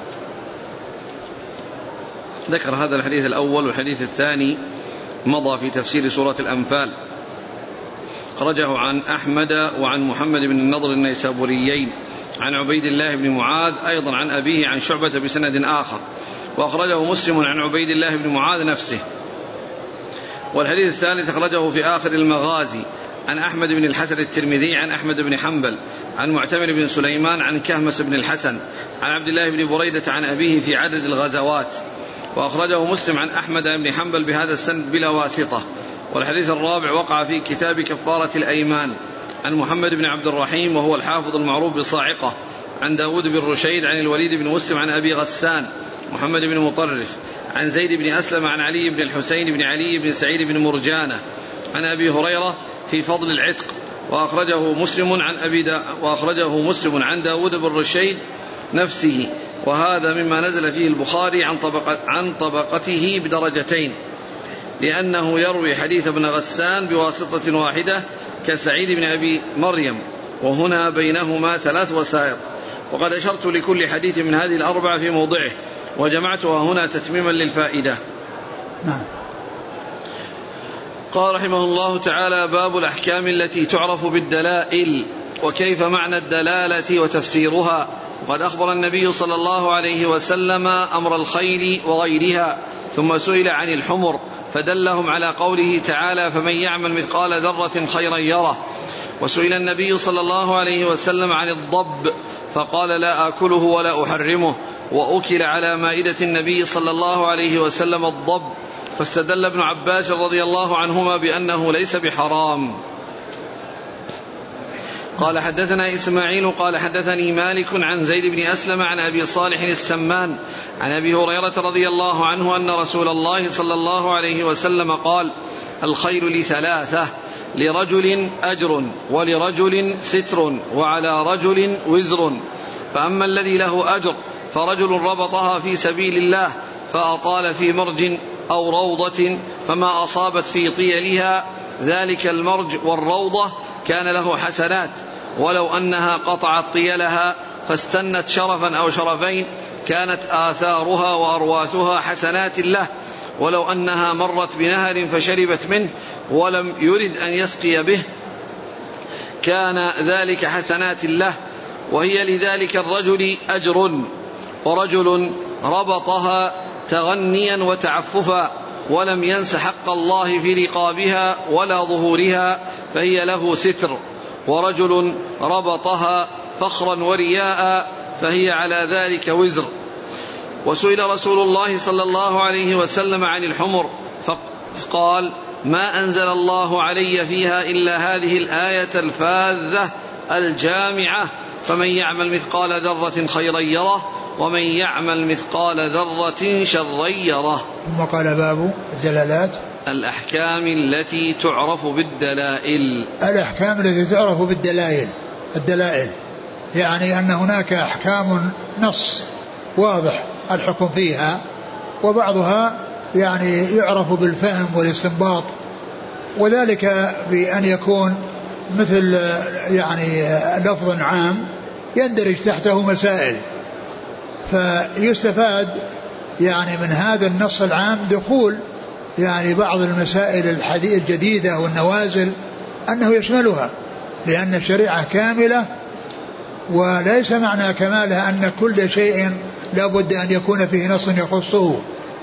ذكر هذا الحديث الأول، والحديث الثاني مضى في تفسير سورة الأنفال، خرجه عن أحمد وعن محمد بن النضر النيسابوريين عن عبيد الله بن معاذ أيضا عن أبيه عن شعبة بسند آخر، وأخرجه مسلم عن عبيد الله بن معاذ نفسه. والحديث الثالث أخرجه في آخر المغازي عن أحمد بن الحسن الترمذي عن أحمد بن حنبل عن معتمر بن سليمان عن كهمس بن الحسن عن عبد الله بن بريدة عن أبيه في عدد الغزوات، وأخرجه مسلم عن أحمد بن حنبل بهذا السند بلا واسطة. والحديث الرابع وقع في كتاب كفارة الأيمان عن محمد بن عبد الرحيم وهو الحافظ المعروف بصاعقة عن داود بن رشيد عن الوليد بن مسلم عن أبي غسان محمد بن مطرف عن زيد بن أسلم عن علي بن الحسين بن علي بن سعيد بن مرجانة عن أبي هريرة في فضل العتق، وأخرجه مسلم عن داود بن رشيد نفسه، وهذا مما نزل فيه البخاري عن طبقته بدرجتين، لأنه يروي حديث ابن غسان بواسطة واحدة كسعيد بن أبي مريم، وهنا بينهما 3 وسائط. وقد أشرت لكل حديث من هذه الأربعة في موضعه، وجمعتها هنا تتميما للفائدة. نعم. قال رحمه الله تعالى: باب الأحكام التي تعرف بالدلائل، وكيف معنى الدلالة وتفسيرها. وقد أخبر النبي صلى الله عليه وسلم أمر الخيل وغيرها، ثم سئل عن الحمر فدلهم على قوله تعالى: فمن يعمل مثقال ذرة خيرا يره. وسئل النبي صلى الله عليه وسلم عن الضب فقال: لا آكله ولا أحرمه. وأكل على مائدة النبي صلى الله عليه وسلم الضب، فاستدل ابن عباس رضي الله عنهما بأنه ليس بحرام. قال: حدثنا إسماعيل قال: حدثني مالك عن زيد بن أسلم عن أبي صالح السمان عن أبي هريرة رضي الله عنه أن رسول الله صلى الله عليه وسلم قال: الخيل ل3: لرجل أجر، ولرجل ستر، وعلى رجل وزر. فأما الذي له أجر فرجل ربطها في سبيل الله فأطال في مرج أو روضة فما أصابت في طيلها ذلك المرج والروضة كان له حسنات، ولو أنها قطعت طيلها فاستنت شرفا أو شرفين كانت آثارها وأرواثها حسنات له، ولو أنها مرت بنهر فشربت منه ولم يرد أن يسقي به كان ذلك حسنات له، وهي لذلك الرجل أجر. ورجل ربطها تغنيا وتعففا ولم ينس حق الله في رقابها ولا ظهورها فهي له ستر. ورجل ربطها فخرا ورياء فهي على ذلك وزر. وسئل رسول الله صلى الله عليه وسلم عن الحمر فقال: ما أنزل الله علي فيها إلا هذه الآية الفاذة الجامعة: فمن يعمل مثقال ذرة خيرا يره، ومن يعمل مثقال ذرة شرا يره. ثم قال: باب الدلالات، الأحكام التي تعرف بالدلائل. الأحكام التي تعرف بالدلائل. الدلائل يعني أن هناك أحكام نص واضح الحكم فيها، وبعضها يعني يعرف بالفهم والاستنباط، وذلك بأن يكون مثل يعني لفظ عام يندرج تحته مسائل، فيستفاد يعني من هذا النص العام دخول يعني بعض المسائل الجديدة والنوازل أنه يشملها، لأن الشريعة كاملة، وليس معنى كمالها أن كل شيء لا بد أن يكون فيه نص يخصه،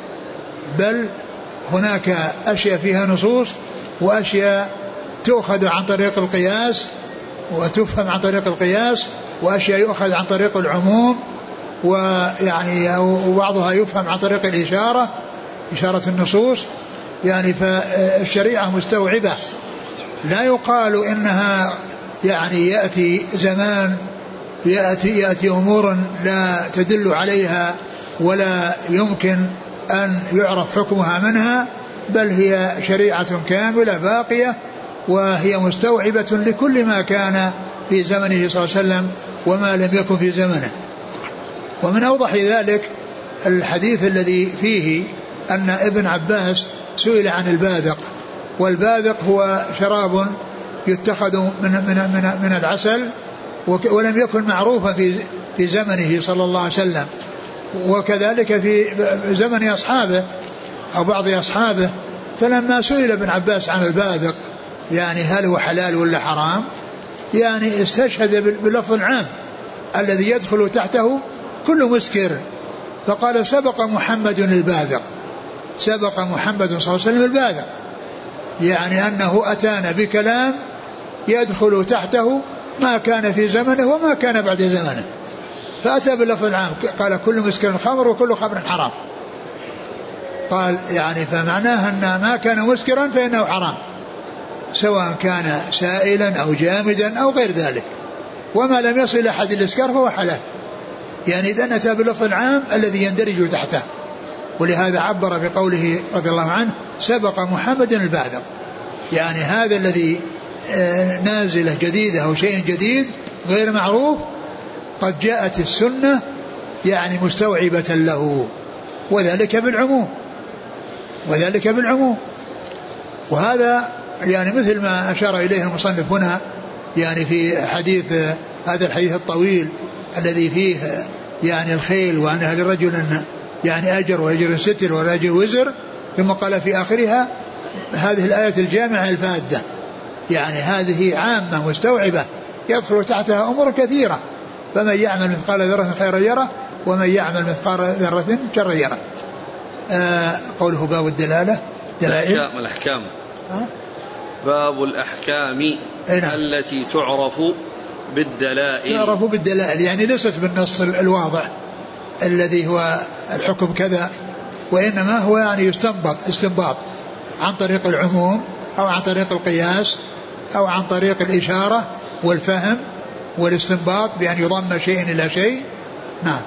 بل هناك أشياء فيها نصوص وأشياء تؤخذ عن طريق القياس وتفهم عن طريق القياس، وأشياء يؤخذ عن طريق العموم، ويعني وبعضها يفهم عن طريق الإشارة، إشارة النصوص. يعني فالشريعة مستوعبة، لا يقال إنها يعني يأتي زمان يأتي أمور لا تدل عليها ولا يمكن أن يعرف حكمها منها، بل هي شريعة كاملة باقية، وهي مستوعبة لكل ما كان في زمنه صلى الله عليه وسلم وما لم يكن في زمنه. ومن أوضح ذلك الحديث الذي فيه أن ابن عباس سئل عن الباذق، والباذق هو شراب يتخذ من العسل، ولم يكن معروفا في زمنه صلى الله عليه وسلم، وكذلك في زمن أصحابه أو بعض أصحابه. فلما سئل ابن عباس عن الباذق يعني هل هو حلال ولا حرام، يعني استشهد باللفظ العام الذي يدخل تحته كل مسكر، فقال: سبق محمد الباذق، سبق محمد صلى الله عليه وسلم الباذق، يعني أنه أتانا بكلام يدخل تحته ما كان في زمنه وما كان بعد زمنه، فأتى باللفظ العام، قال: كل مسكر خمر وكل خمر حرام. قال يعني فمعناه أن ما كان مسكرا فإنه حرام، سواء كان سائلا أو جامدا أو غير ذلك، وما لم يصل أحد الإسكار فهو حلال. يعني إذا أتى باللفظ العام الذي يندرج تحته، ولهذا عبر بقوله رضي الله عنه سبق محمد البادق، يعني هذا الذي نازلة جديدة أو شيء جديد غير معروف قد جاءت السنة يعني مستوعبة له، وذلك بالعموم. وهذا يعني مثل ما أشار إليه المصنف هنا يعني في حديث هذا الحديث الطويل الذي فيه يعني الخيل وأنها لرجل يعني أجر ورجل ستر ورجل وزر، ثم قال في آخرها هذه الآية الجامعة الفادة، يعني هذه عامة مستوعبة يدخل تحتها أمور كثيرة، فمن يعمل مثقال ذرة خيرا يره ومن يعمل مثقال ذرة شرا يره. قوله باب الدلالة الأحكام باب الأحكام التي تعرف بالدلائل يعني ليست بالنص الواضح الذي هو الحكم كذا، وإنما هو يعني يستنبط استنباط عن طريق العموم أو عن طريق القياس أو عن طريق الإشارة والفهم والاستنباط بأن يضم شيء إلى شيء. نعم.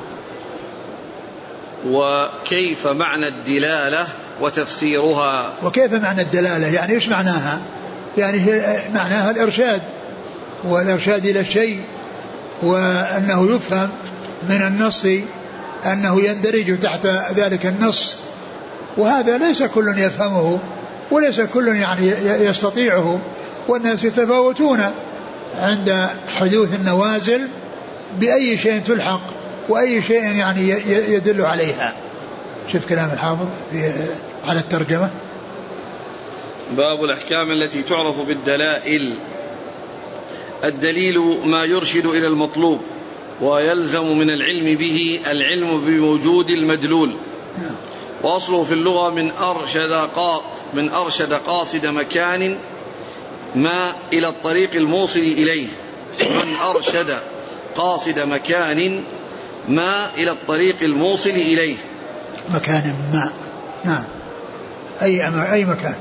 وكيف معنى الدلالة وتفسيرها؟ وكيف معنى الدلالة يعني إيش معناها؟ يعني معناها الإرشاد، والإرشاد إلى الشيء، وأنه يفهم من النص أنه يندرج تحت ذلك النص، وهذا ليس كل يفهمه وليس كل يعني يستطيعه، والناس يتفاوتون عند حدوث النوازل بأي شيء تلحق وأي شيء يعني يدل عليها. شوف كلام الحافظ على الترجمة. باب الأحكام التي تعرف بالدلائل. الدليل ما يرشد إلى المطلوب ويلزم من العلم به العلم بوجود المدلول. وأصله في اللغة من أرشد قاصد مكان ما إلى الطريق الموصل إليه. من أرشد قاصد مكان ما إلى الطريق الموصل إليه. مكان ما. نعم. أي مكان.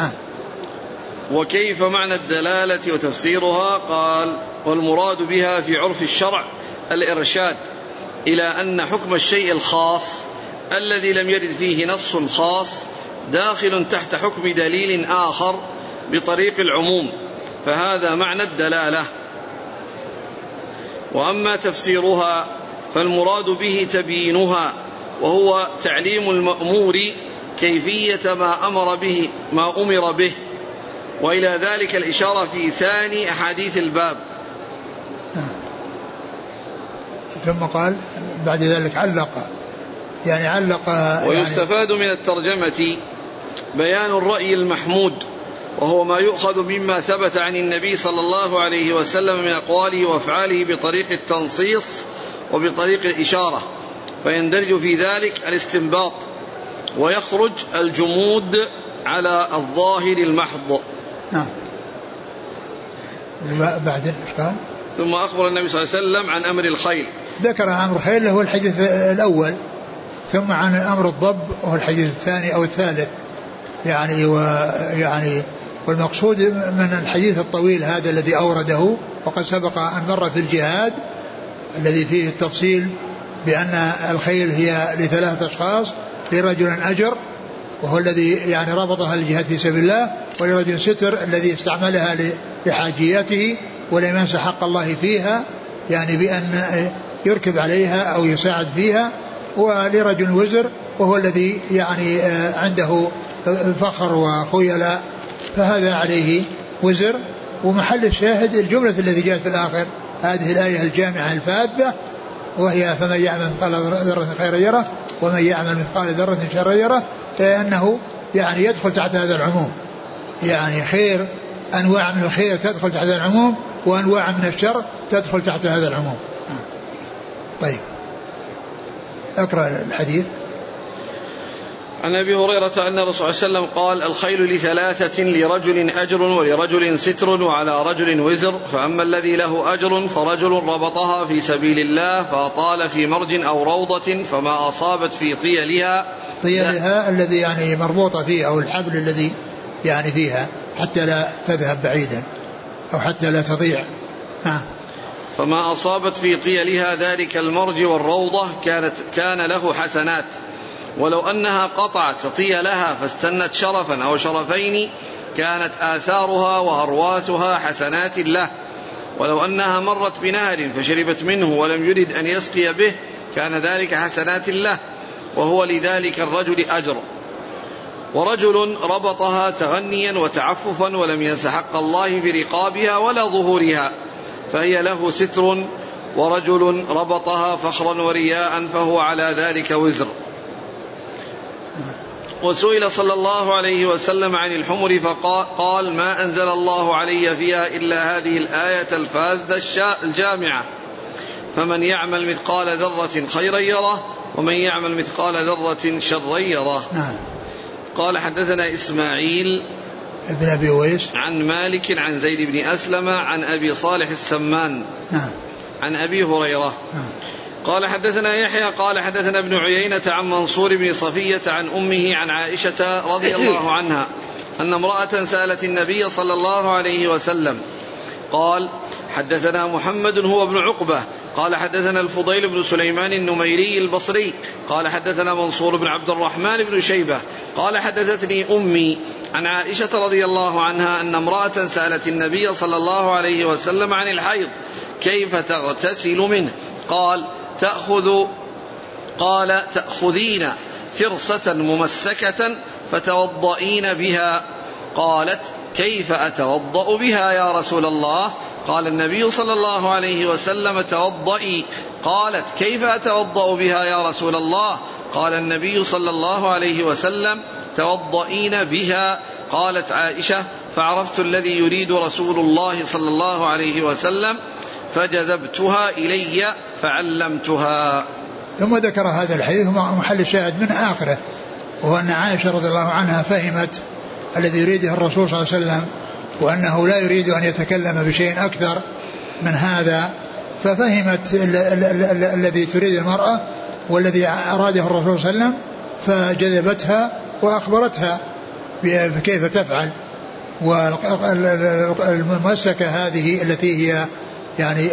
وكيف معنى الدلالة وتفسيرها؟ قال والمراد بها في عرف الشرع الإرشاد إلى أن حكم الشيء الخاص الذي لم يرد فيه نص خاص داخل تحت حكم دليل آخر بطريق العموم، فهذا معنى الدلالة. وأما تفسيرها فالمراد به تبيينها، وهو تعليم المأمور كيفية ما أمر به، وإلى ذلك الإشارة في ثاني أحاديث الباب. ثم قال بعد ذلك علق. ويستفاد من الترجمة بيان الرأي المحمود، وهو ما يؤخذ مما ثبت عن النبي صلى الله عليه وسلم من أقواله وأفعاله بطريق التنصيص وبطريق الإشارة، فيندرج في ذلك الاستنباط ويخرج الجمود على الظاهر المحض. بعد قال ثم أخبر النبي صلى الله عليه وسلم عن أمر الخيل، ذكر أمر الخيل هو الحديث الأول، ثم عن أمر الضب وهو الحديث الثاني أو الثالث يعني والمقصود من الحديث الطويل هذا الذي أورده وقد سبق أن مر في الجهاد الذي فيه التفصيل بأن الخيل هي لثلاثة أشخاص، لرجل أجر وهو الذي يعني ربطها للجهاد في سبيل الله، ولرجل ستر الذي استعملها لحاجياته ولم ينس حق الله فيها يعني بأن يركب عليها أو يساعد فيها، ولرجل وزر وهو الذي يعني عنده فخر وخيلاء فهذا عليه وزر. ومحل الشاهد الجملة التي جاءت في الآخر هذه الآية الجامعة الفاذة، وهي فمن يعمل مثقال ذرة خيرا يره ومن يعمل مثقال ذرة شرا يره، فإنه يعني يدخل تحت هذا العموم، يعني خير أنواع من الخير تدخل تحت هذا العموم وأنواع من الشر تدخل تحت هذا العموم. طيب أقرأ الحديث. عن أبي هريرة أن الرسول صلى الله عليه وسلم قال الخيل لثلاثة، لرجل أجر ولرجل ستر وعلى رجل وزر، فأما الذي له أجر فرجل ربطها في سبيل الله فأطال في مرج أو روضة فما أصابت في طيلها الذي يعني مربوطة فيه أو الحبل الذي يعني فيها حتى لا تذهب بعيدا أو حتى لا تضيع. فما أصابت في طيلها ذلك المرج والروضة كان له حسنات، ولو أنها قطعت طيلها فاستنت شرفا أو شرفين كانت آثارها وأرواثها حسنات له، ولو أنها مرت بنهر فشربت منه ولم يرد أن يسقي به كان ذلك حسنات له، وهو لذلك الرجل أجر. ورجل ربطها تغنيا وتعففا ولم ينس حق الله في رقابها ولا ظهورها فهي له ستر، ورجل ربطها فخرا ورياء فهو على ذلك وزر. وسئل صلى الله عليه وسلم عن الحمر فقال ما أنزل الله علي فيها إلا هذه الآية الفاذة الجامعة، فمن يعمل مثقال ذرة خيرا يره ومن يعمل مثقال ذرة شرا يره. قال حدثنا إسماعيل ابن أبي ويس عن مالك عن زيد بن أسلم عن أبي صالح السمان عن أبي هريرة قال حدثنا يحيى قال حدثنا ابن عيينة عن منصور بن صفية عن أمه عن عائشة رضي الله عنها أن امرأة سألت النبي صلى الله عليه وسلم قال حدثنا محمد هو ابن عقبة قال حدثنا الفضيل بن سليمان النميري البصري قال حدثنا منصور بن عبد الرحمن بن شيبة قال حدثتني أمي عن عائشة رضي الله عنها أن امرأة سألت النبي صلى الله عليه وسلم عن الحيض كيف تغتسل منه قال تأخذين فرصة ممسكة فتوضئين بها. قالت كيف أتوضأ بها يا رسول الله؟ قال النبي صلى الله عليه وسلم توضئي. قالت كيف أتوضأ بها يا رسول الله؟ قال النبي صلى الله عليه وسلم توضئين بها. قالت عائشة فعرفت الذي يريد رسول الله صلى الله عليه وسلم فجذبتها إلي فعلمتها. ثم ذكر هذا الحديث محل الشاهد من آخره، وهو أن عائشة رضي الله عنها فهمت الذي يريده الرسول صلى الله عليه وسلم وأنه لا يريد أن يتكلم بشيء أكثر من هذا، ففهمت الذي تريد المرأة والذي أراده الرسول صلى الله عليه وسلم فجذبتها وأخبرتها كيف تفعل. والممسكة هذه التي هي يعني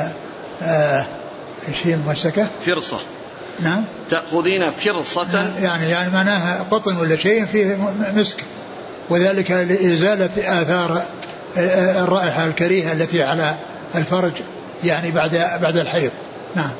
ايش هي الممسكة؟ فرصة. نعم. تأخذين فرصة يعني معناها قطن ولا شيء فيه مسك، وذلك لإزالة آثار الرائحة الكريهة التي على الفرج يعني بعد الحيض. نعم.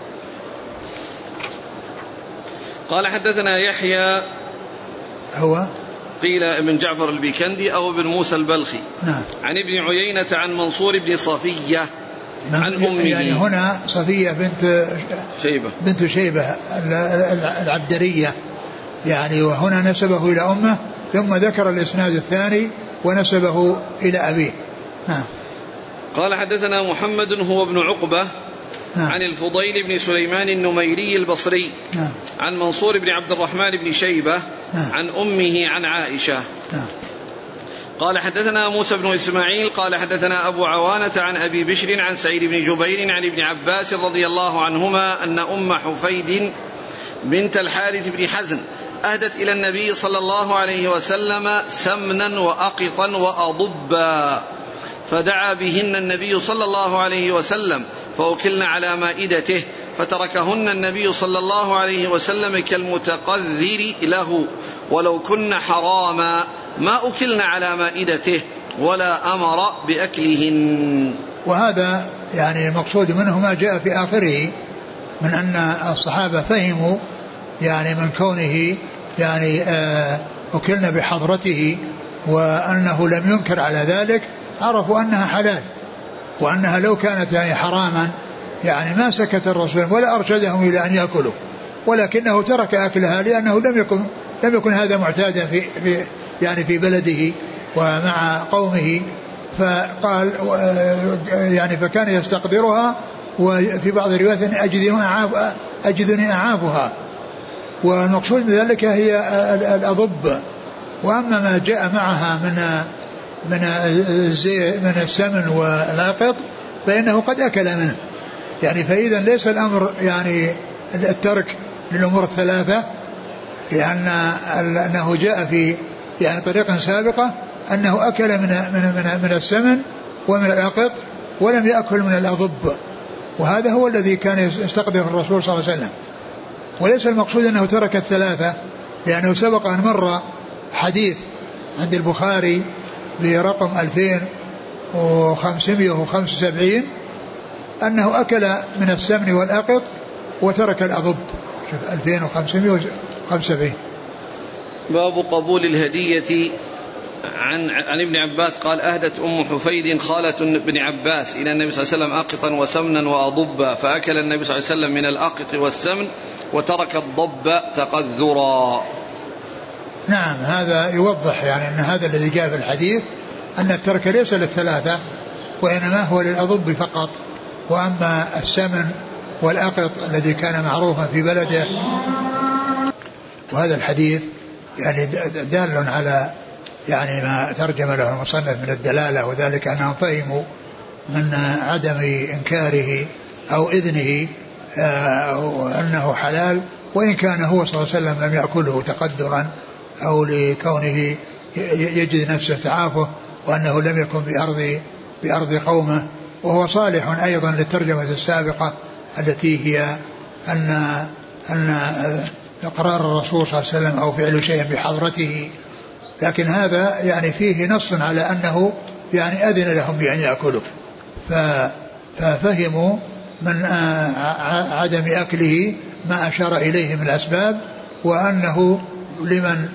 قال حدثنا يحيى هو قيل ابن جعفر البيكندي أو ابن موسى البلخي. نعم. عن ابن عيينة عن منصور بن صفية عن أمه. يعني هنا صفية بنت شيبة العبدرية يعني، وهنا نسبه إلى أمه ثم ذكر الإسناد الثاني ونسبه إلى أبيه. نعم. قال حدثنا محمد هو ابن عقبة. نعم. عن الفضيل بن سليمان النميري البصري. نعم. عن منصور بن عبد الرحمن بن شيبة. نعم. عن أمه عن عائشة. نعم. قال حدثنا موسى بن إسماعيل قال حدثنا أبو عوانة عن أبي بشر عن سعيد بن جبير عن ابن عباس رضي الله عنهما أن أم حفيد بنت الحارث بن حزن أهدت إلى النبي صلى الله عليه وسلم سمنا وأقطا وأضبا فدعا بهن النبي صلى الله عليه وسلم فأكلن على مائدته فتركهن النبي صلى الله عليه وسلم كالمتقذر له ولو كن حراما ما أكلن على مائدته ولا أمر بأكلهن. وهذا يعني المقصود منه ما جاء في آخره من أن الصحابة فهموا يعني من كونه يعني أكلن بحضرته وأنه لم ينكر على ذلك، عرفوا أنها حلال وأنها لو كانت يعني حراما يعني ما سكت الرسول ولا أرشدهم إلى أن يأكلوا، ولكنه ترك أكلها لأنه لم يكن هذا معتادا في بلده ومع قومه، فقال يعني فكان يستقدرها، وفي بعض الروايات أجدني أعافها، والمقصود بذلك هي الأضب. وأما ما جاء معها من السمن والعقط فإنه قد أكل منه يعني، فإذا ليس الأمر يعني الترك للأمور الثلاثة، لأنه جاء في يعني طريقة سابقة أنه أكل من السمن ومن العقط ولم يأكل من الأضب، وهذا هو الذي كان يستقدر الرسول صلى الله عليه وسلم. وليس المقصود أنه ترك الثلاثة، لأنه سبق أن مر حديث عند البخاري برقم 2575 أنه أكل من السمن والأقط وترك الأضب. شوف 2575. باب قبول الهدية. عن ابن عباس قال أهدت أم حفيد خالة ابن عباس إلى النبي صلى الله عليه وسلم أقطا وسمنا وأضبا، فأكل النبي صلى الله عليه وسلم من الأقط والسمن وترك الضب تقذرا. نعم، هذا يوضح يعني أن هذا الذي جاء في الحديث أن الترك ليس للثلاثة وإنما هو للأضب فقط، وأما السمن والأقط الذي كان معروفا في بلده. وهذا الحديث يعني دال على يعني ما ترجم له المصنف من الدلالة، وذلك أنهم فهموا من عدم إنكاره أو إذنه أنه حلال، وإن كان هو صلى الله عليه وسلم لم يأكله تقدرا أو لكونه يجد نفسه تعافه، وأنه لم يكن بأرض قومه. وهو صالح أيضا للترجمة السابقة التي هي أن إقرار الرسول صلى الله عليه وسلم أو فعل شيء بحضرته، لكن هذا يعني فيه نص على أنه يعني أذن لهم بأن يأكلوا، ففهموا من عدم أكله ما أشار إليه من الأسباب، وأنه لمن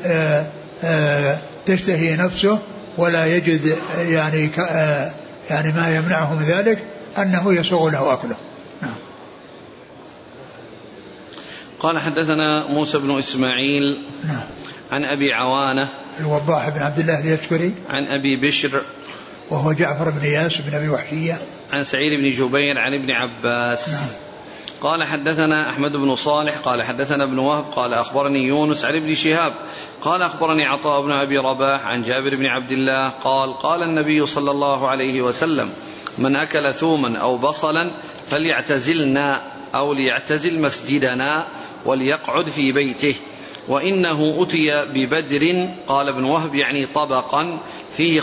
تشتهي نفسه ولا يجد يعني ما يمنعه من ذلك أنه يسوغ له أكله. نعم. قال حدثنا موسى بن إسماعيل. نعم. عن أبي عوانة الوضاح بن عبد الله اليشكري. عن أبي بشر وهو جعفر بن إياس بن أبي وحشية. عن سعيد بن جبير عن ابن عباس. نعم. قال حدثنا أحمد بن صالح قال حدثنا ابن وهب قال أخبرني يونس عن ابن شهاب قال أخبرني عطاء بن أبي رباح عن جابر بن عبد الله قال قال النبي صلى الله عليه وسلم من أكل ثوما أو بصلا فليعتزلنا أو ليعتزل مسجدنا وليقعد في بيته، وإنه أتي ببدر قال ابن وهب يعني طبقا فيه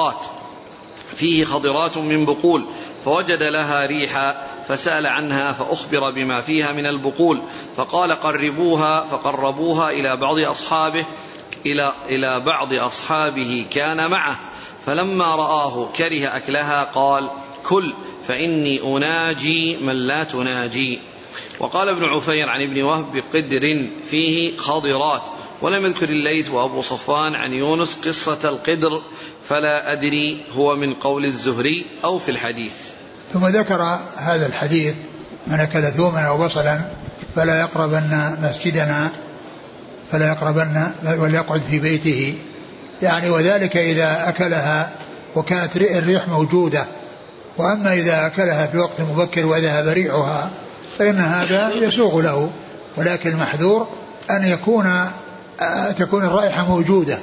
خضرات من بقول، فوجد لها ريحا فسأل عنها فأخبر بما فيها من البقول، فقال قربوها، فقربوها إلى بعض أصحابه كان معه، فلما رآه كره أكلها قال كل فإني أناجي من لا تناجي. وقال ابن عفير عن ابن وهب بقدر فيه خضرات، ولم يذكر الليث وأبو صفوان عن يونس قصة القدر، فلا أدري هو من قول الزهري أو في الحديث. ثم ذكر هذا الحديث من أكل ثوما أو بصلا فلا يقربن مسجدنا وليقعد في بيته، يعني وذلك إذا أكلها وكانت الريح موجودة، وأما إذا أكلها في وقت مبكر وذهب ريحها فإن هذا يسوغ له، ولكن المحذور أن تكون الرائحة موجودة.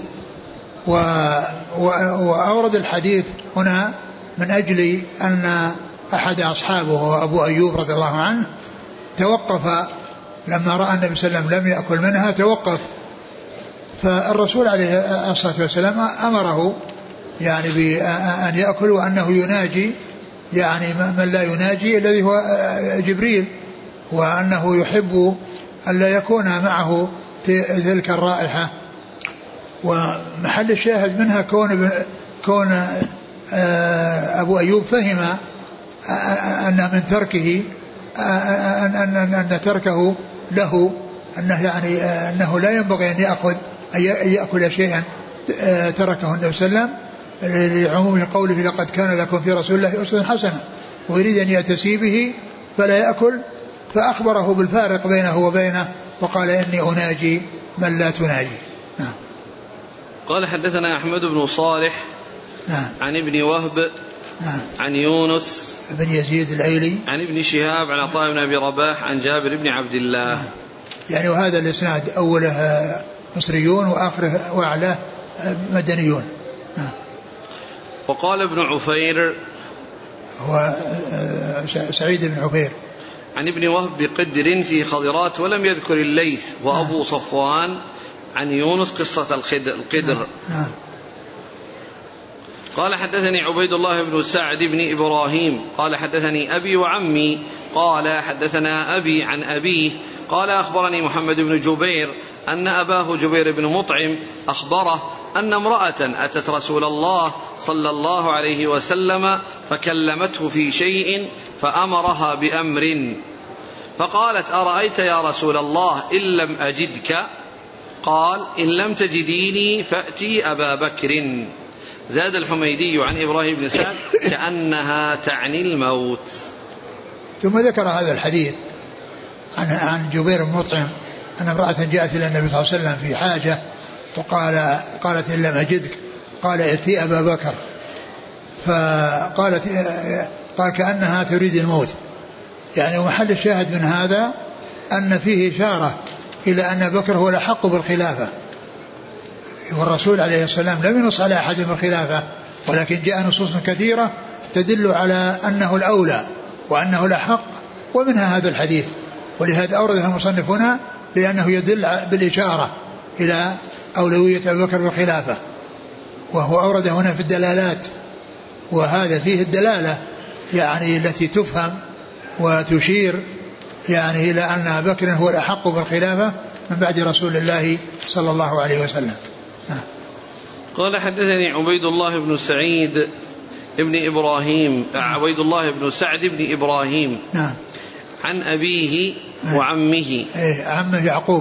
وأورد الحديث هنا من أجل أن أحد أصحابه أبو أيوب رضي الله عنه توقف لما رأى النبي صلى الله عليه وسلم لم يأكل منها، توقف، فالرسول عليه الصلاة والسلام أمره يعني بأن يأكل، وأنه يناجي يعني من لا يناجي الذي هو جبريل، وأنه يحب أن لا يكون معه تلك الرائحة. ومحل الشاهد منها كون أبو أيوب فهم أن من تركه أن تركه له أنه يعني أنه لا ينبغي أن يأكل شيئا تركه النبي صلى الله عليه وسلم لعموم قوله لقد كان لكم في رسول الله أسوة حسنة، ويريد أن يأتسي به فلا يأكل، فأخبره بالفارق بينه وبينه وقال إني أناجي من لا تناجي. نعم. قال حدثنا أحمد بن صالح. نعم. عن ابن وهب. نعم. عن يونس بن يزيد الأيلي عن ابن شهاب عن عطاء بن أبي رباح عن جابر بن عبد الله. نعم. يعني وهذا الإسناد أوله مصريون وآخره وأعلاه مدنيون. نعم. وقال ابن عفير هو سعيد بن عفير عن ابن وهب بقدر في خضرات، ولم يذكر الليث وأبو صفوان عن يونس قصة القدر. نعم. قال حدثني عبيد الله بن سعد بن إبراهيم قال حدثني أبي وعمي قال حدثنا أبي عن أبيه قال أخبرني محمد بن جبير أن أباه جبير بن مطعم أخبره أن امرأة أتت رسول الله صلى الله عليه وسلم فكلمته في شيء فأمرها بأمر، فقالت أرأيت يا رسول الله إن لم أجدك؟ قال إن لم تجديني فأتي أبا بكر. زاد الحميدي عن إبراهيم بن سعد كأنها تعني الموت. ثم ذكر هذا الحديث عن جبير بن مطعم أن امرأة جاءت إلى النبي صلى الله عليه وسلم في حاجة قالت إن لم أجدك قال ائتي أبا بكر، قال كأنها تريد الموت. يعني محل الشاهد من هذا أن فيه إشارة إلى أن بكر هو الأحق بالخلافة، والرسول عليه السلام لم ينص على أحد بالخلافة، ولكن جاء نصوص كثيرة تدل على أنه الأولى وأنه الأحق، ومنها هذا الحديث. ولهذا أورده المصنف هنا لأنه يدل بالإشارة إلى أولوية أبي بكر بالخلافة، وهو أورده هنا في الدلالات، وهذا فيه الدلالة يعني التي تفهم وتشير يعني إلى أن أبا بكر هو الأحق بالخلافة من بعد رسول الله صلى الله عليه وسلم. قال حدثني عبيد الله بن سعيد ابن إبراهيم عبيد الله بن سعد بن إبراهيم عن أبيه وعمه عمه يعقوب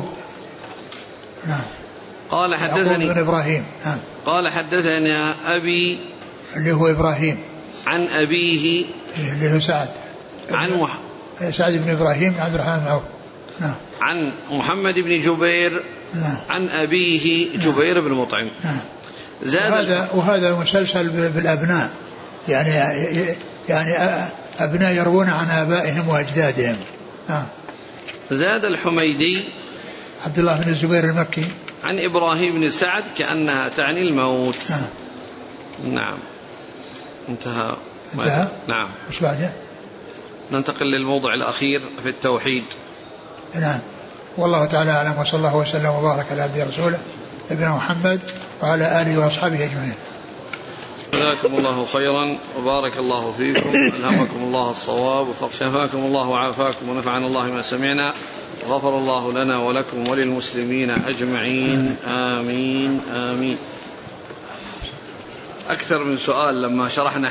قال حدثني بن إبراهيم قال حدثنا أبي اللي هو إبراهيم عن أبيه اللي هو سعد سعد بن إبراهيم عبد الرحمن بن عوف عن محمد بن جبير عن أبيه جبير بن مطعم. وهذا مسلسل بالأبناء، يعني أبناء يروون عن آبائهم وأجدادهم. زاد الحميدي عبد الله بن الزبير المكي عن إبراهيم بن سعد كأنها تعني الموت. نعم انتهى. نعم. وش بعده؟ ننتقل للموضع الأخير في التوحيد. نعم. والله تعالى أعلم، وصلى الله وسلم وبارك على عبده ورسوله نبينا محمد وعلى آله وأصحابه أجمعين. جزاكم الله خيرا وبارك الله فيكم، ألهمكم الله الصواب وشفاكم الله وعافاكم ونفعنا الله ما سمعنا، غفر الله لنا ولكم وللمسلمين أجمعين، آمين آمين. أكثر من سؤال لما شرحتم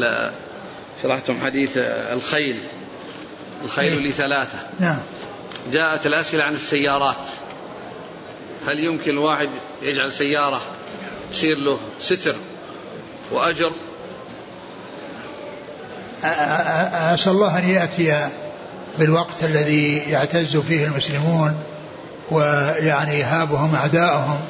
حديث الخيل لثلاثة. نعم. جاءت الأسئلة عن السيارات، هل يمكن الواحد يجعل سيارة تصير له ستر وأجر؟ أسأل الله أن يأتي بالوقت الذي يعتز فيه المسلمون ويعني يهابهم أعداءهم،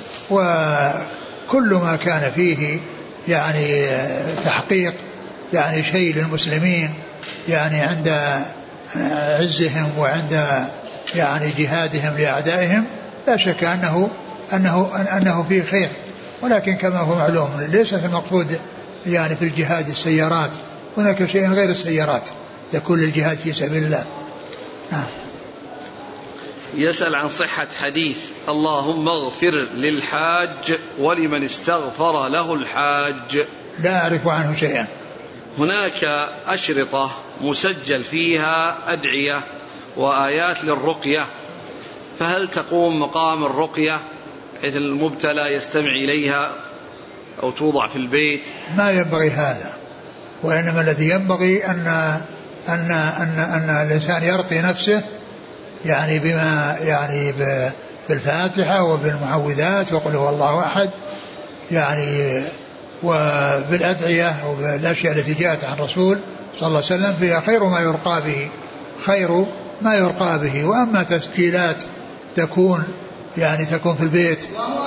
وكل ما كان فيه يعني تحقيق يعني شيء للمسلمين يعني عند عزهم وعند يعني جهادهم لأعدائهم، لا شك أنه فيه خير، ولكن كما هو معلوم ليس المقصود يعني في الجهاد السيارات، هناك شيء غير السيارات يكون للجهاد في سبيل الله. يسأل عن صحة حديث اللهم اغفر للحاج ولمن استغفر له الحاج. لا أعرف عنه شيئا. هناك أشرطة مسجل فيها أدعية وآيات للرقية، فهل تقوم مقام الرقية حيث المبتلى يستمع إليها أو توضع في البيت؟ ما ينبغي هذا، وإنما الذي ينبغي أن الإنسان يرقي نفسه يعني بما يعني بالفاتحة وبالمعوذات وقل هو الله أحد يعني، وبالأدعية وبالأشياء التي جاءت عن الرسول صلى الله عليه وسلم فيها خير ما يرقى به. وأما تسجيلات تكون في البيت